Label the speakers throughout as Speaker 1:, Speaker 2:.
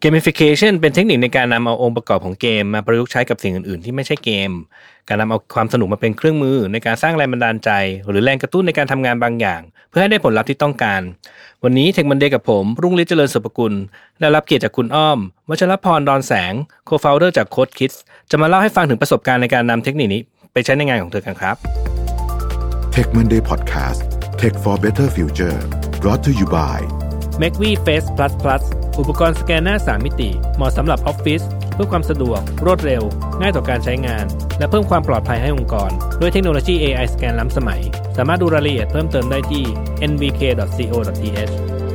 Speaker 1: Gamification เป็นเทคนิคในการนำเอาองค์ประกอบของเกมมาประยุกต์ใช้กับสิ่งอื่นๆที่ไม่ใช่เกมการนำเอาความสนุกมาเป็นเครื่องมือในการสร้างแรงบันดาลใจหรือแรงกระตุ้นในการทำงานบางอย่างเพื่อให้ได้ผลลัพธ์ที่ต้องการวันนี้ Tech Monday กับผมรุ่งฤทธิ์เจริญสุภกุลได้รับเกียรติจากคุณอ้อมวัชรพรดอนแสง Co-founder จาก Code Kids จะมาเล่าให้ฟังถึงประสบการณ์ในการนำเทคนิคนี้ไปใช้ในงานของเธอกันครับ
Speaker 2: Tech Monday Podcast Tech for Better Future brought to you by
Speaker 1: Macvi Face Plus Plus อุปกรณ์สแกนหน้า3มิติเหมาะสำหรับออฟฟิศเพื่อความสะดวกรวดเร็วง่ายต่อการใช้งานและเพิ่มความปลอดภัยให้องค์กรด้วยเทคโนโลยี AI สแกนล้ำสมัยสามารถดูรายละเอียดเพิ่มเติมได้ที่ nvk.co.th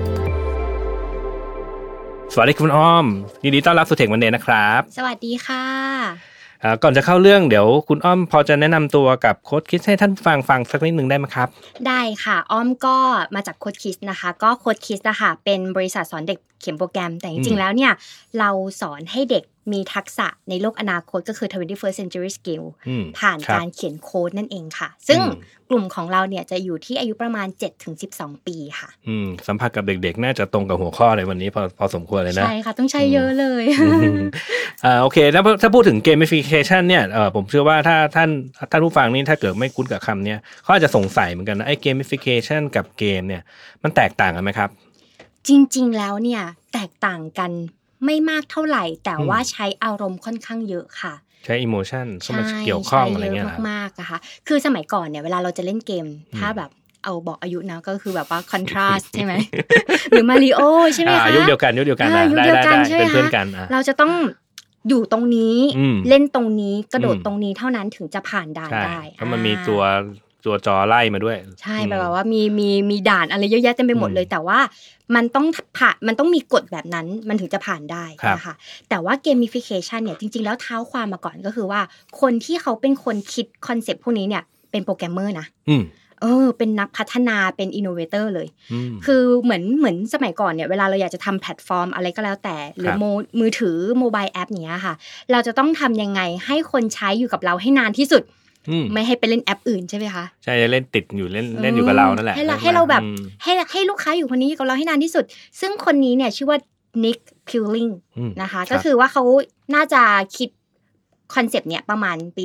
Speaker 1: สวัสดีคุณอ้อมยินดีต้อนรับสู่ Tech Monday นะครับ
Speaker 3: สวัสดีค่ะ
Speaker 1: ก่อนจะเข้าเรื่องเดี๋ยวคุณอ้อมพอจะแนะนำตัวกับโค้ดคิดให้ท่านฟังสักนิดนึงได้ไหมครับ
Speaker 3: ได้ค่ะอ้อมก็มาจากโค้ดคิดนะคะก็โค้ดคิดนะคะเป็นบริษัทสอนเด็กเขียนโปรแกรมแต่จริงๆแล้วเนี่ยเราสอนให้เด็กมีทักษะในโลกอนาคตก็คือ 21st century skill ผ่านการเขียนโค้ดนั่นเองค่ะซึ่งกลุ่มของเราเนี่ยจะอยู่ที่อายุประมาณ 7-12 ปีค่ะ
Speaker 1: สัมผัสกับเด็กๆน่าจะตรงกับหัวข้อในวันนี้พอสมควรเลยนะ
Speaker 3: ใช่ค่ะต้องใช้เยอะเลย
Speaker 1: โอเคถ้าพูดถึง gamification เนี่ยผมเชื่อว่าถ้าท่านผู้ฟังนี่ถ้าเกิดไม่คุ้นกับคำนี้เขาอาจจะสงสัยเหมือนกันนะไอ้ gamification กับเกมเนี่ยมันแตกต่างกันไหมครับ
Speaker 3: จริงๆแล้วเนี่ยแตกต่างกันไม่มากเท่าไหร่แต่ว่าใช้อารมณ์ค่อนข้างเยอะค่ะ
Speaker 1: ใช้ emotion เข้ามาเกี่ยวข้องอะไรเงี้ย
Speaker 3: มากๆนะคะคือสมัยก่อนเนี่ยเวลาเราจะเล่นเกมถ้าแบบเอาบอกอายุนะก็คือแบบว่า contrast ใช่ไหมหรือ Mario ใช่ไหมคะ
Speaker 1: ยุคเดียวกันได้เป็นเพื่อนกัน
Speaker 3: เราจะต้องอยู่ตรงนี้เล่นตรงนี้กระโดดตรงนี้เท่านั้นถึงจะผ่านด่านได้
Speaker 1: เพราะมันมีตัวจอไล่มาด้วย
Speaker 3: ใช่แบบว่ามีด่านอะไรเยอะแยะเต็มไปหมดเลยแต่ว่ามันต้องมีกฎแบบนั้นมันถึงจะผ่านได้นะคะแต่ว่า gamification เนี่ยจริงๆแล้วเท้าความมาก่อนก็คือว่าคนที่เขาเป็นคนคิดคอนเซ็ปต์พวกนี้เนี่ยเป็นโปรแกรมเมอร์นะเป็นนักพัฒนาเป็นอินโนเวเตอร์เลยคือเหมือนสมัยก่อนเนี่ยเวลาเราอยากจะทำแพลตฟอร์มอะไรก็แล้วแต่หรือมือถือโมบายแอปเนี้ยค่ะเราจะต้องทำยังไงให้คนใช้อยู่กับเราให้นานที่สุดไม่ให้ไปเล่นแอปอื่นใช่ไหมคะ
Speaker 1: ใช่เล่นติดอยู่เล่นอยู่กับเรานั่นแหละ
Speaker 3: ให้เราแบบให้ลูกค้าอยู่คนนี้อยู่กับเราให้นานที่สุดซึ่งคนนี้เนี่ยชื่อว่า Nick Pilling นะคะก็คือว่าเขาน่าจะคิดคอนเซปต์เนี่ยประมาณปี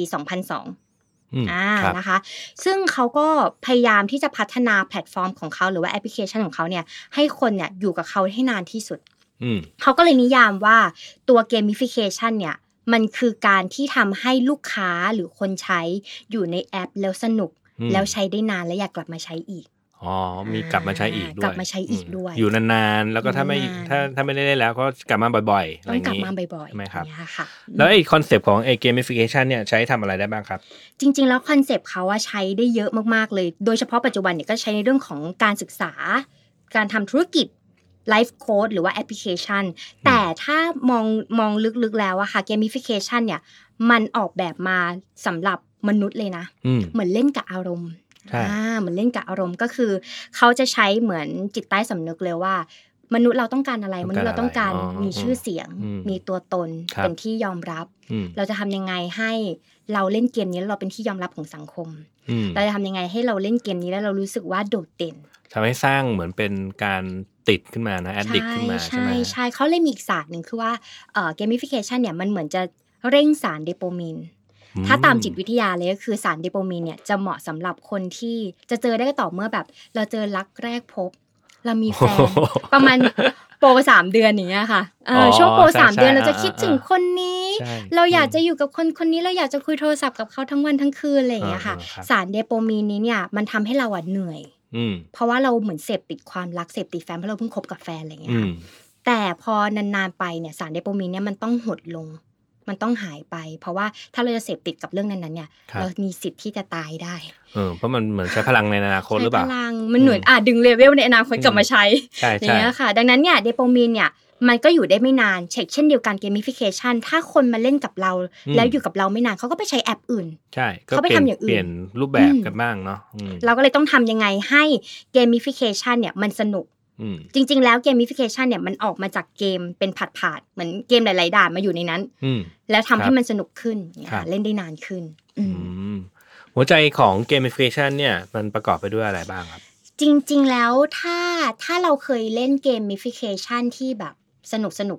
Speaker 3: 2002นะคะซึ่งเขาก็พยายามที่จะพัฒนาแพลตฟอร์มของเขาหรือว่าแอปพลิเคชันของเขาเนี่ยให้คนเนี่ยอยู่กับเขาให้นานที่สุดเขาก็เลยนิยามว่าตัว gamification เนี่ยมันคือการที่ทำให้ลูกค้าหรือคนใช้อยู่ในแอปแล้วสนุกแล้วใช้ได้นานและอยากกลับมาใช้อีก
Speaker 1: มีกลับมาใช้อีกด้วย
Speaker 3: กลับมาใช้อีกด้วย
Speaker 1: อยู่นานๆแล้วก็ถ้าไม่ได้เล่นแล้วก็กลับมาบ่อยๆอะไรอย่าง
Speaker 3: นี้กลับมาบ่อยๆ
Speaker 1: ใช่ไหมครับแล้วไอ้คอนเซปต์ของไอ้ gamification เนี่ยใช้ทำอะไรได้บ้างครับ
Speaker 3: จริงๆแล้วคอนเซปต์เขาใช้ได้เยอะมากๆเลยโดยเฉพาะปัจจุบันเนี่ยก็ใช้ในเรื่องของการศึกษาการทำธุรกิจไลฟ์โค้ดหรือว่าแอปพลิเคชันแต่ถ้ามองลึกๆแล้วอะค่ะ gamification เนี่ยมันออกแบบมาสำหรับมนุษย์เลยนะเหมือนเล่นกับอารมณ์เหมือนเล่นกับอารมณ์ก็คือเขาจะใช้เหมือนจิตใต้สำนึกเลยว่ามนุษย์เราต้องการอะไรมนุษย์เราต้องการมีชื่อเสียงมีตัวตนเป็นที่ยอมรับเราจะทำยังไงให้เราเล่นเกมนี้แล้วเราเป็นที่ยอมรับของสังคมเราจะทำยังไงให้เราเล่นเกมนี้แล้วเรารู้สึกว่าโดดเด่น
Speaker 1: ทำให้สร้างเหมือนเป็นการติดขึ้นมานะ addict ขึ้นมาใช่ไหม
Speaker 3: ใช่เขาเลยมีอีกศาสตร์หนึ่งคือว่าgamification เนี่ยมันเหมือนจะเร่งสารโดปามีนถ้าตามจิตวิทยาเลยก็คือสารโดปามีนเนี่ยจะเหมาะสำหรับคนที่จะเจอได้ก็ต่อเมื่อแบบเราเจอรักแรกพบเรามีแฟนประมาณโปร3เดือนอย่างเงี้ยค่ะช่วงโปร3เดือนเราจะคิดถึงคนนี้เราอยากจะอยู่กับคนนี้เราอยากจะคุยโทรศัพท์กับเขาทั้งวันทั้งคืนอะไรอย่างเงี้ยค่ะสารโดปามีนนี้เนี่ยมันทำให้เราเหนื่อยเพราะว่าเราเหมือนเสพติดความรักเสพติดแฟนเพราะเราเพิ่งคบกับแฟนอะไรอย่างเงี้ยแต่พอนานๆไปเนี่ยสารโดปามีนเนี่ยมันต้องหดลงมันต้องหายไปเพราะว่าถ้าเราจะเสพติดกับเรื่องนั้นๆเนี่ยเรามีสิทธิ์ที่จะตายได้
Speaker 1: เพราะมันเหมือนใช้พลังในอนาคตหรือเปล่า
Speaker 3: ใช้พลังมันเหมือนดึงเลเวลในอนาคตกลับมาใช้อย่างเงี้ยค่ะดังนั้นเนี่ยโดปามีนเนี่ยมันก็อยู่ได้ไม่นานเช่นเดียวกัน gamification ถ้าคนมาเล่นกับเราแล้วอยู่กับเราไม่นานเขาก็ไปใช้แอปอื่น
Speaker 1: ใช่เขาไปทำอย่างอื่นเปลี่ยนรูปแบบกันบ้างเนาะ
Speaker 3: เราก็เลยต้องทำยังไงให้ gamification เนี่ยมันสนุกจริงๆแล้ว gamification เนี่ยมันออกมาจากเกมเป็นผาดๆเหมือนเกมหลายๆด่านมาอยู่ในนั้นแล้วทำให้มันสนุกขึ้นเล่นได้นานขึ้น
Speaker 1: หัวใจของ gamification เนี่ยมันประกอบไปด้วยอะไรบ้างครับ
Speaker 3: จริงๆแล้วถ้าเราเคยเล่น gamification ที่แบบสนุกๆอ่ะ ถ้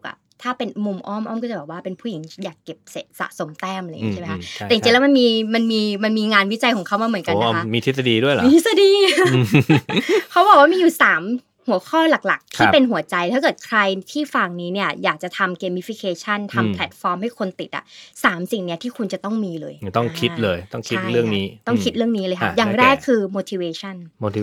Speaker 3: ถ้าเป็นมุมอ้อมก็จะแบบว่าเป็นผู้หญิงอยากเก็บสะสมแต้มอะไรอย่างงี้ใช่ไหมคะ
Speaker 1: ใช่
Speaker 3: แต่จริงๆแล้วมันมีงานวิจัยของเขามาเหมือนกันนะคะ
Speaker 1: มีทฤษฎีด้วยเหรอ
Speaker 3: มีทฤษฎี เขาบอกว่ามีอยู่3หัวข้อหลักๆที่เป็นหัวใจถ้าเกิดใครที่ฟังนี้เนี่ยอยากจะทำ gamification ทำแพลตฟอร์มให้คนติด3สิ่งเนี้ยที่คุณจะต้องมีเลย
Speaker 1: ต้องคิดเลยต้องคิดเรื่องนี้
Speaker 3: ต้องคิดเรื่องนี้เลยค่ะอย่างแรกคือ motivation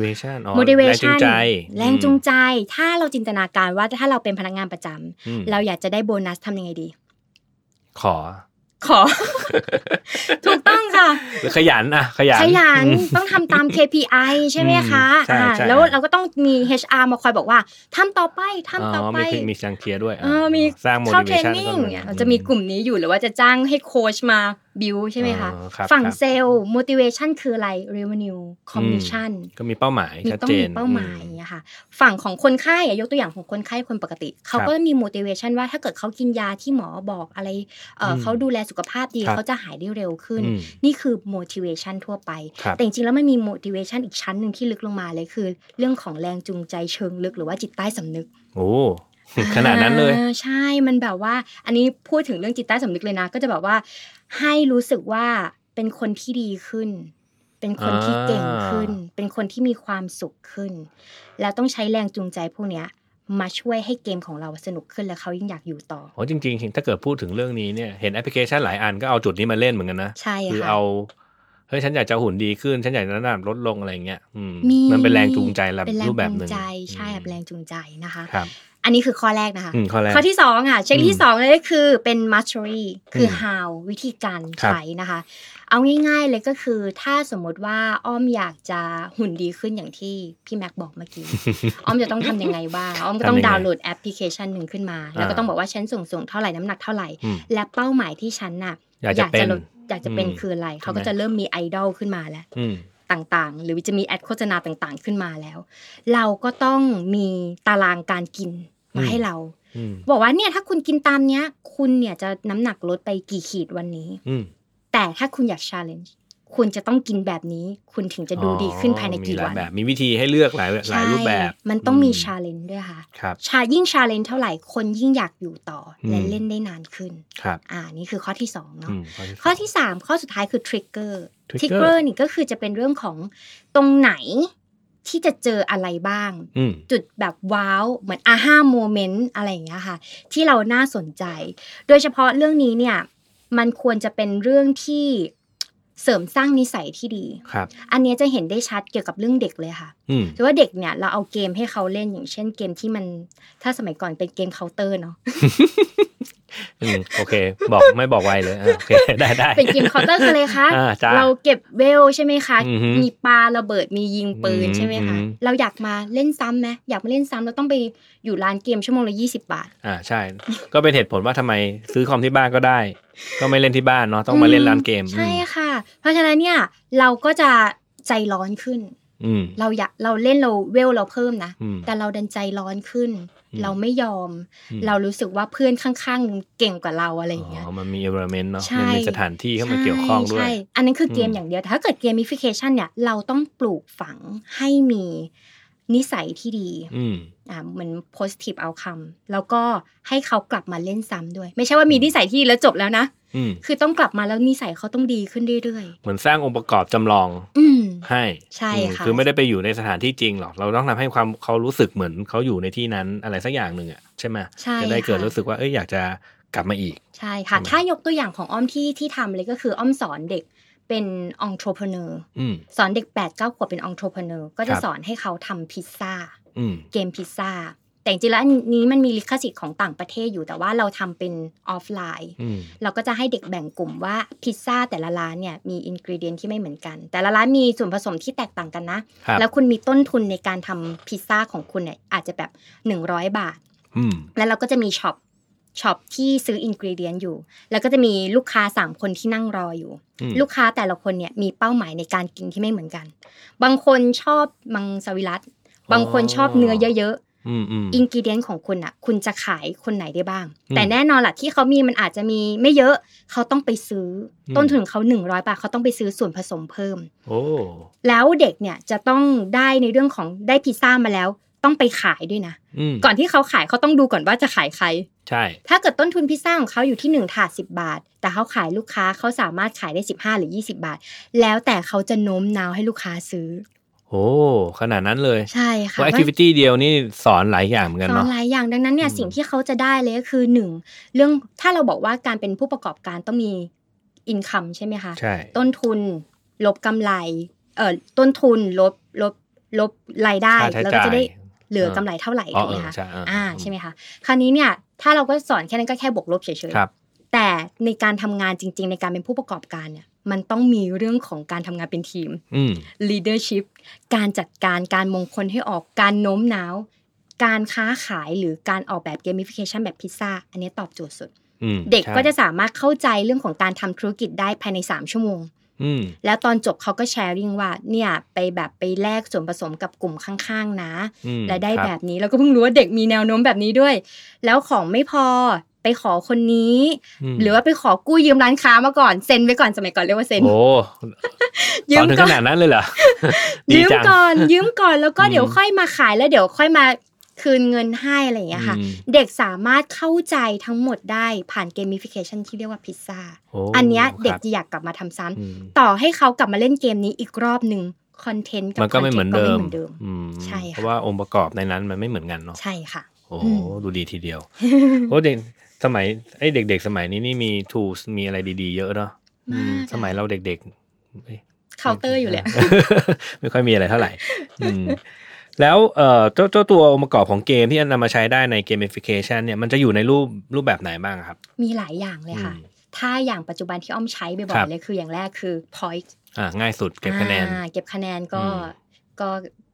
Speaker 3: แรงจูงใจถ้าเราจินตนาการว่าถ้าเราเป็นพนักงานประจำเราอยากจะได้โบนัสทำยังไงดี
Speaker 1: ขอ
Speaker 3: ถูกต้องค่ะ
Speaker 1: ขยัน
Speaker 3: ต้องทำตาม KPI ใช่ไหมคะแล้วเราก็ต้องมี HR มาคอยบอกว่าทำต่อไป
Speaker 1: มีสังเกตด้วย
Speaker 3: มี
Speaker 1: สร้าง motivation
Speaker 3: ก็จะมีกลุ่มนี้อยู่หรือว่าจะจ้างให้โค้ชมาบิวใช่ไหมคะฝั่งเซลล์ motivation คืออะไร revenue commission
Speaker 1: ก็มีเป้าหมายชัดเจน
Speaker 3: เป้าหมายนะคะฝั่งของคนไข้ยกตัวอย่างของคนไข้คนปกติเขาก็มี motivation ว่าถ้าเกิดเขากินยาที่หมอบอกอะไรเขาดูแลสุขภาพดีเขาจะหายได้เร็วขึ้นนี่คือ motivation ทั่วไปแต่จริงๆแล้วมันมี motivation อีกชั้นนึงที่ลึกลงมาเลยคือเรื่องของแรงจูงใจเชิงลึกหรือว่าจิตใต้สำนึก
Speaker 1: โอ้ขนาดนั้นเลย
Speaker 3: ใช่มันแบบว่าอันนี้พูดถึงเรื่องจิตใต้สำนึกเลยนะก็จะแบบว่าให้รู้สึกว่าเป็นคนที่ดีขึ้นเป็นคนที่เก่งขึ้นเป็นคนที่มีความสุขขึ้นแล้วต้องใช้แรงจูงใจพวกเนี้ยมาช่วยให้เกมของเราสนุกขึ้นและเขายิ่งอยากอยู่ต่อ
Speaker 1: โอ้จริงๆถ้าเกิดพูดถึงเรื่องนี้เนี่ยเห็นแอปพลิเคชันหลายอันก็เอาจุดนี้มาเล่นเหมือนกันนะ
Speaker 3: ใช่ค่ะ
Speaker 1: คือเอาเฮ้ยฉันอยากจะหุ่นดีขึ้นฉันอยากจะน้ำหนักลดลงอะไรเงี้ยมันเป็นแรงจูงใจรูปแบบนึง
Speaker 3: ใช่แบบแรงจูงใจนะคะ
Speaker 1: ครับ
Speaker 3: อันนี้คือข้อแรกนะคะ
Speaker 1: ข้
Speaker 3: อที่2ค่ะเช็คที่2เลยคือเป็น mastery คือ how วิธีการใช้นะคะเอาง่ายๆเลยก็คือถ้าสมมติว่าอ้อมอยากจะหุ่นดีขึ้นอย่างที่พี่แม็กบอกเมื่อกี้ อ้อมจะต้องทำยังไงบ้างอ้อมก็ต้องดาวน์โหลดแอปพลิเคชันหนึ่งขึ้นมาแล้วก็ต้องบอกว่าฉันส่งเท่าไหร่น้ำหนักเท่าไหร่และเป้าหมายที่ฉันน่ะ
Speaker 1: อยากจะ
Speaker 3: เป็นคืออะไรเขาก็จะเริ่มมีไอดอลขึ้นมาแล้วต่างๆหรือจะมีแอดโฆษณาต่างๆขึ้นมาแล้วเราก็ต้องมีตารางการกินมาให้เราบอกว่าเนี่ยถ้าคุณกินตามเนี้ยคุณเนี่ยจะน้ำหนักลดไปกี่ขีดวันนี้แต่ถ้าคุณอยาก challenge คุณจะต้องกินแบบนี้คุณถึงจะดูดีขึ้นภายในกี่วัน
Speaker 1: มีวิธีให้เลือกหลายรูปแบบ
Speaker 3: มันต้องมี challenge ด้วยค่ะยิ่ง challenge เท่าไหร่คนยิ่งอยากอยู่ต่อและเล่นได้นานขึ้นนี่คือข้อที่2เนาะข้อที่3ข้อสุดท้ายคือ trigger นี่ก็คือจะเป็นเรื่องของตรงไหนที่จะเจออะไรบ้างจุดแบบว้าวเหมือนอาฮ่าโมเมนต์อะไรอย่างเงี้ยค่ะที่เราน่าสนใจโดยเฉพาะเรื่องนี้เนี่ยมันควรจะเป็นเรื่องที่เสริมสร้างนิสัยที่ดีอันนี้จะเห็นได้ชัดเกี่ยวกับเรื่องเด็กเลยค่ะแต่ว่าเด็กเนี่ยเราเอาเกมให้เขาเล่นอย่างเช่นเกมที่มันถ้าสมัยก่อนเป็นเกมเคาน์เตอร์เนาะ
Speaker 1: โอเคไม่บอกไวเลยโอเคได้
Speaker 3: เป็นเกมเคาน์เตอร์กันเลยค่ะเราเก็บเวลใช่ไหมคะมีปาระเบิดมียิงปืนใช่ไหมคะเราอยากมาเล่นซ้ำไหมอยากมาเล่นซ้ำเราต้องไปอยู่ร้านเกมชั่วโมงละ20 บาท
Speaker 1: ใช่ก็เป็นเหตุผลว่าทำไมซื้อคอมที่บ้านก็ได้ก็ไม่เล่นที่บ้านเนาะต้องมาเล่นร้านเกม
Speaker 3: ใช่ค่ะเพราะฉะนั้นเนี่ยเราก็จะใจร้อนขึ้นเราเล่นเราเวลเราเพิ่มนะแต่เราดันใจร้อนขึ้นเราไม่ยอมเรารู้สึกว่าเพื่อนข้างๆเก่งกว่าเราอะไรอย่างเงี้ย
Speaker 1: มันมี environment เนาะมันมีสถานที่เข้ามาเกี่ยวข้องด้วยใช่
Speaker 3: อันนั้นคือเกมอย่างเดียวถ้าเกิด gamification เนี่ยเราต้องปลูกฝังให้มีนิสัยที่ดีเหมือน positive outcome แล้วก็ให้เขากลับมาเล่นซ้ำด้วยไม่ใช่ว่ามีนิสัยที่แล้วจบแล้วนะคือต้องกลับมาแล้วนิสัยเขาต้องดีขึ้นเรื่อย
Speaker 1: ๆเหมือนสร้างองค์ประกอบจำลองให้
Speaker 3: ใช่ค่ะ
Speaker 1: คือไม่ได้ไปอยู่ในสถานที่จริงหรอกเราต้องทำให้เขารู้สึกเหมือนเขาอยู่ในที่นั้นอะไรสักอย่างหนึ่งใช่ไหมจะได้เกิดรู้สึกว่าอยากจะกลับมาอีก
Speaker 3: ใช่ค่ะถ้ายกตัวอย่างของอ้อมที่ทำเลยก็คืออ้อมสอนเด็กเป็น entrepreneur สอนเด็ก 8-9 ขวบเป็น entrepreneur ก็จะสอนให้เขาทำพิซซ่าเกมพิซซ่าแต่จริงๆแล้วนี้มันมีลิขสิทธิ์ของต่างประเทศอยู่แต่ว่าเราทำเป็นออฟไลน์เราก็จะให้เด็กแบ่งกลุ่มว่าพิซซ่าแต่ละร้านเนี่ยมีอินกรีเดียนที่ไม่เหมือนกันแต่ละร้านมีส่วนผสมที่แตกต่างกันนะแล้วคุณมีต้นทุนในการทำพิซซ่าของคุณเนี่ยอาจจะแบบ100 บาทแล้วเราก็จะมีช็อปที่ซื้ออินกรีเดียนอยู่แล้วก็จะมีลูกค้า3คนที่นั่งรออยู่ลูกค้าแต่ละคนเนี่ยมีเป้าหมายในการกินที่ไม่เหมือนกันบางคนชอบมังสวิรัติบางคนชอบเนื้อเยอะอินกรีเดียนของคุณอ่ะคุณจะขายคนไหนได้บ้างแต่แน่นอนล่ะที่เขามีมันอาจจะมีไม่เยอะเขาต้องไปซื้อต้นทุนเขา100 บาทเขาต้องไปซื้อส่วนผสมเพิ่มแล้วเด็กเนี่ยจะต้องได้ในเรื่องของได้พิซซ่ามาแล้วต้องไปขายด้วยนะก่อนที่เขาขายเขาต้องดูก่อนว่าจะขายใคร
Speaker 1: ใช่
Speaker 3: ถ้าเกิดต้นทุนพิซซ่าของเขาอยู่ที่1ถาด10 บาทแต่เขาขายลูกค้าเขาสามารถขายได้15หรือ20 บาทแล้วแต่เขาจะโน้มน้าวให้ลูกค้าซื้อ
Speaker 1: โอ้ขนาดนั้นเลย
Speaker 3: ใช่ค่ะ
Speaker 1: ว่า activity เดียวนี่สอนหลายอย่างเหมือนกันเนาะ
Speaker 3: สอนหลายอย่างดังนั้นเนี่ยสิ่งที่เขาจะได้เลยก็คือ1เรื่องถ้าเราบอกว่าการเป็นผู้ประกอบการต้องมี income ใช่ไหมคะ
Speaker 1: ใช่
Speaker 3: ต้นทุนลบกำไรต้นทุนลบรายได้แล้วก็จะได้เหลือกำไรเท่าไหร่ถูกไหมคะใช่ไหมคะคราวนี้เนี่ยถ้าเราก็สอนแค่นั้นก็แค่บวกลบเฉยๆแต่ในการทำงานจริงๆในการเป็นผู้ประกอบการเนี่ยมันต้องมีเรื่องของการทำงานเป็นทีม leadership การจัดการการมงคลให้ออกการโน้มน้าวการค้าขายหรือการออกแบบ gamification แบบพิซซ่าอันนี้ตอบโจทย์สุดเด็กก็จะสามารถเข้าใจเรื่องของการทำธุรกิจได้ภายใน3 ชั่วโมงแล้วตอนจบเขาก็แชร์ริ่งว่าเนี่ยไปแลกส่วนผสมกับกลุ่มข้างๆนะและได้แบบนี้แล้วก็เพิ่งรู้ว่าเด็กมีแนวโน้มแบบนี้ด้วยแล้วของไม่พอไปขอคนนี้หรือว่าไปขอกู้ยืมร้านค้ามาก่อนเซ็นไว้ก่อนสมัยก่อนเรียกว่าเซ็น
Speaker 1: โอ้ยืมถึงขนาดนั้นเลยเหรอ
Speaker 3: ยืมก่อนแล้วก็เดี๋ยวค่อยมาขายแล้วเดี๋ยวค่อยมาคืนเงินให้อะไรอย่างเงี้ยค่ะเด็กสามารถเข้าใจทั้งหมดได้ผ่านเกมฟิเคชันที่เรียกว่าพิซซ่าอันเนี้ยเด็กจะอยากกลับมาทำซ้ำต่อให้เขากลับมาเล่นเกมนี้อีกรอบนึงคอนเทนต์กับ
Speaker 1: มันก็ไม่เหมือนเดิม
Speaker 3: ใช่ค่ะ
Speaker 1: เพราะว่าองค์ประกอบในนั้นมันไม่เหมือนกันเนาะ
Speaker 3: ใช่ค่ะ
Speaker 1: โอ้ดูดีทีเดียวโอ้เด็กสมัยเด็กๆสมัยนี้นี่มี tools มีอะไรดีๆเยอะเนาะสมัยเราเด็ก
Speaker 3: ๆเคาน์เตอร์อยู่เลย
Speaker 1: ไม่ค่อยมีอะไรเท่าไหร่แล้วเจ้าตัวองค์ประกอบของเกมที่นำมาใช้ได้ใน gamification เนี่ยมันจะอยู่ในรูปแบบไหนบ้างครับ
Speaker 3: มีหลายอย่างเลยค่ะถ้าอย่างปัจจุบันที่อ้อมใช้บ่อยๆเลยคืออย่างแรกคือ point
Speaker 1: ง่ายสุดเก็บคะแนน
Speaker 3: เก็บคะแนนก็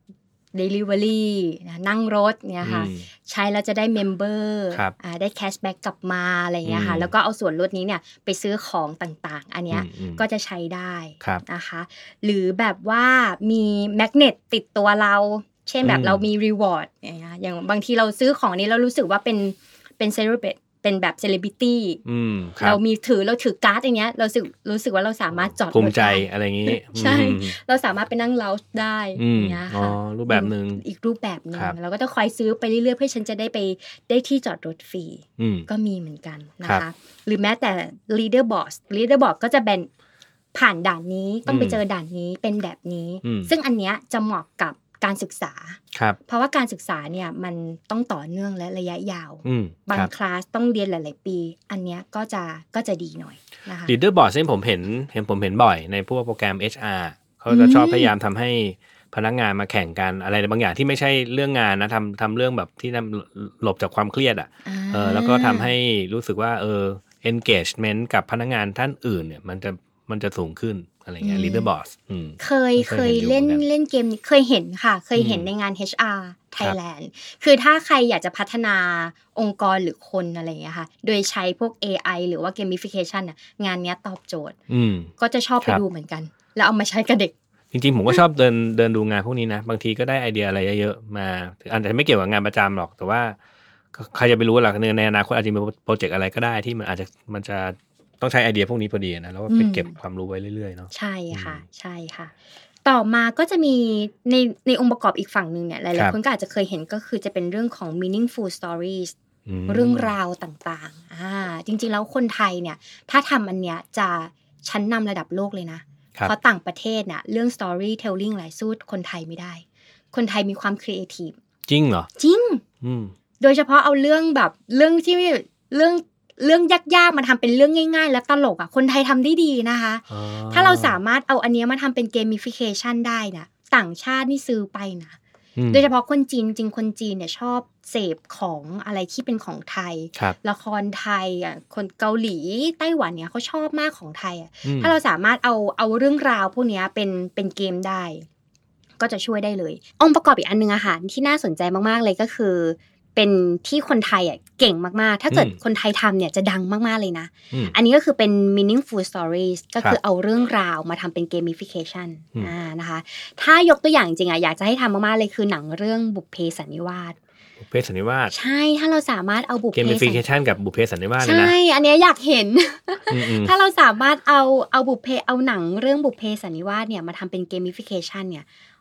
Speaker 3: delivery นั่งรถเนี่ยค่ะใช้แล้วจะได้ member ได้ cashback กลับมาอะไรอย่างเงี้ยค่ะแล้วก็เอาส่วนลดนี้เนี่ยไปซื้อของต่างๆอันเนี้ยก็จะใช้ได้นะคะหรือแบบว่ามี magnet ติดตัวเราเช่นแบบเรามี reward อย่างบางทีเราซื้อของนี้เรารู้สึกว่าเป็น celebrate เป็นแบบ celebrity เราถือการ์ดอย่างเงี้ยเรารู้สึกว่าเราสามารถจอด
Speaker 1: ภูมิใจอะไรอย่างงี้
Speaker 3: ใช่เราสามารถไปนั่งเลาจ์ได้อย่างเงี้ยค่ะ
Speaker 1: รูปแบบนึง
Speaker 3: อีกรูปแบบนึงเราก็จะคอยซื้อไปเรื่อยๆเพื่อฉันจะได้ที่จอดรถฟรีก็มีเหมือนกันนะคะหรือแม้แต่ leaderboard ก็จะเป็นผ่านด่านนี้ต้องไปเจอด่านนี้เป็นแบบนี้ซึ่งอันเนี้ยจะเหมาะกับการศึกษาเพราะว่าการศึกษาเนี่ยมันต้องต่อเนื่องและระยะยาวบางคลาสต้องเรียนหลายๆปีอันเนี้ยก็จะดีหน่อยนะคะ
Speaker 1: Leaderboard ซึ่งผมเห็นบ่อยในพวกโปรแกรม HR เขาจะชอบพยายามทำให้พนักงานมาแข่งกันอะไรบางอย่างที่ไม่ใช่เรื่องงานนะทำเรื่องแบบที่หลบจากความเครียดแล้วก็ทำให้รู้สึกว่าengagement กับพนักงานท่านอื่นเนี่ยมันจะสูงขึ้นอะไรเงี้ย leaderboard
Speaker 3: เคยเล่นเกมนี้เคยเห็นค่ะเคยเห็นในงาน HR Thailand คือถ้าใครอยากจะพัฒนาองค์กรหรือคนอะไรอย่างเงี้ยค่ะโดยใช้พวก AI หรือว่า gamification น่ะงานเนี้ยตอบโจทย์ก็จะชอบไปดูเหมือนกันแล้วเอามาใช้กับเด็ก
Speaker 1: จริงๆผมก็ชอบเดินดูงานพวกนี้นะบางทีก็ได้ไอเดียอะไรเยอะๆมาอาจจะไม่เกี่ยวกับงานประจำหรอกแต่ว่าใครจะไปรู้ล่ะในอนาคตอาจจะมีโปรเจกต์อะไรก็ได้ที่มันจะต้องใช้ไอเดียพวกนี้พอดีนะแล้วก็ไปเก็บความรู้ไว้เรื่อยๆเนาะ
Speaker 3: ใช่ค่ะต่อมาก็จะมีในองค์ประกอบอีกฝั่งนึงเนี่ยหลายๆคนก็อาจจะเคยเห็นก็คือจะเป็นเรื่องของ meaningful stories เรื่องราวต่างๆจริงๆแล้วคนไทยเนี่ยถ้าทำอันเนี้ยจะชั้นนำระดับโลกเลยนะเพราะต่างประเทศเนี่ยเรื่อง storytelling หลายสู้คนไทยไม่ได้คนไทยมีความ creative
Speaker 1: จริงเหรอ
Speaker 3: จริงโดยเฉพาะเอาเรื่องแบบเรื่องที่เรื่องยากๆมาทำเป็นเรื่องง่ายๆและตลกคนไทยทำได้ดีนะคะถ้าเราสามารถเอาอันนี้มาทำเป็น gamification ได้นะต่างชาตินี่ซื้อไปนะโดยเฉพาะคนจีนจริงคนจีนเนี่ยชอบเสพของอะไรที่เป็นของไทยละครไทยคนเกาหลีไต้หวันเนี่ยเขาชอบมากของไทยถ้าเราสามารถเอาเรื่องราวพวกนี้เป็นเกมได้ก็จะช่วยได้เลยองค์ประกอบอีกอันนึงที่น่าสนใจมากๆเลยก็คือเป็นที่คนไทยเก่งมากๆถ้าเกิดคนไทยทำเนี่ยจะดังมากๆเลยนะอันนี้ก็คือเป็น meaningful stories ก็คือเอาเรื่องราวมาทำเป็น gamification นะคะถ้ายกตัวอย่างจริงอยากจะให้ทำมากๆเลยคือหนังเรื่องบุพเพสันนิวาสใช่ถ้าเราสามารถเอาบุพเพ
Speaker 1: gamification กับบุพเพสันนิวาสเลยนะ
Speaker 3: ใช่อันนี้อยากเห็น ถ้าเราสามารถเอาบุพเพเอาหนังเรื่องบุพเพสันนิวาสเนี่ยมาทำเป็น gamification เนี่ยโ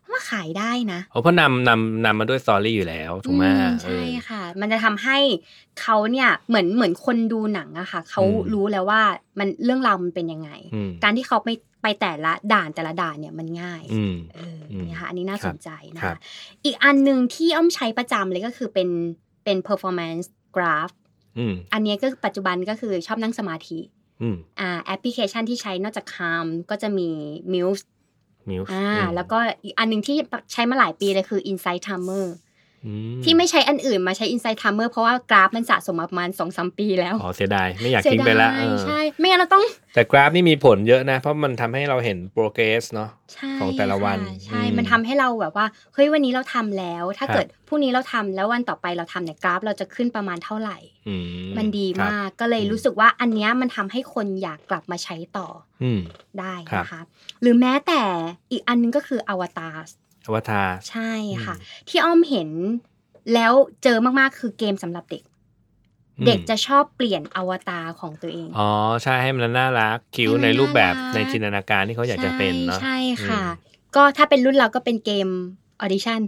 Speaker 3: ว่าขายได้นะ
Speaker 1: เพราะนำมาด้วยสตอรี่อยู่แล้วถูกไหม
Speaker 3: ใช่ค่ะมันจะทำให้เขาเนี่ยเหมือนคนดูหนังอะค่ะเขารู้แล้วว่ามันเรื่องราวมันเป็นยังไงการที่เขาไปแต่ละด่านเนี่ยมันง่ายเนี่ยค่ะอันนี้น่าสนใจนะคะอีกอันนึงที่อ้อมใช้ประจำเลยก็คือเป็น performance graph อันนี้ก็ปัจจุบันก็คือชอบนั่งสมาธิแอปพลิเคชันที่ใช้นอกจาก Calm ก็จะมี Muse แล้วก็อีกอันนึงที่ใช้มาหลายปีเลยคือ Insight Timer ที่ไม่ใช้อันอื่นมาใช้ Insight Timer เพราะว่ากราฟมันสะสมมาประมาณ 2-3 ปีแล้ว
Speaker 1: เสียดายไม่อยากทิ้งไปแล้ว
Speaker 3: ใช่ไม่งั้นเราต้อง
Speaker 1: แต่กราฟนี่มีผลเยอะนะเพราะมันทำให้เราเห็น progress เนาะของแต่ละวัน
Speaker 3: ใช่มันทำให้เราแบบว่าเฮ้ยวันนี้เราทำแล้วถ้าเกิดพรุ่งนี้เราทำแล้ววันต่อไปเราทำเนี่ยกราฟเราจะขึ้นประมาณเท่าไหร่มันดีมากก็เลยรู้สึกว่าอันเนี้ยมันทำให้คนอยากกลับมาใช้ต่อได้นะคะหรือแม้แต่อีกอันนึงก็คืออวตารใช่ค่ะที่อ้อมเห็นแล้วเจอมากๆคือเกมสำหรับเด็กจะชอบเปลี่ยนอวตารของตัวเอง
Speaker 1: ใช่ให้มันน่ารักคิ้วในรูปแบบในจินตนาการที่เขาอยากจะเป็นเนาะ
Speaker 3: ใช่ค่ะก็ถ้าเป็นรุ่นเราก็เป็นเกมออดิชั่น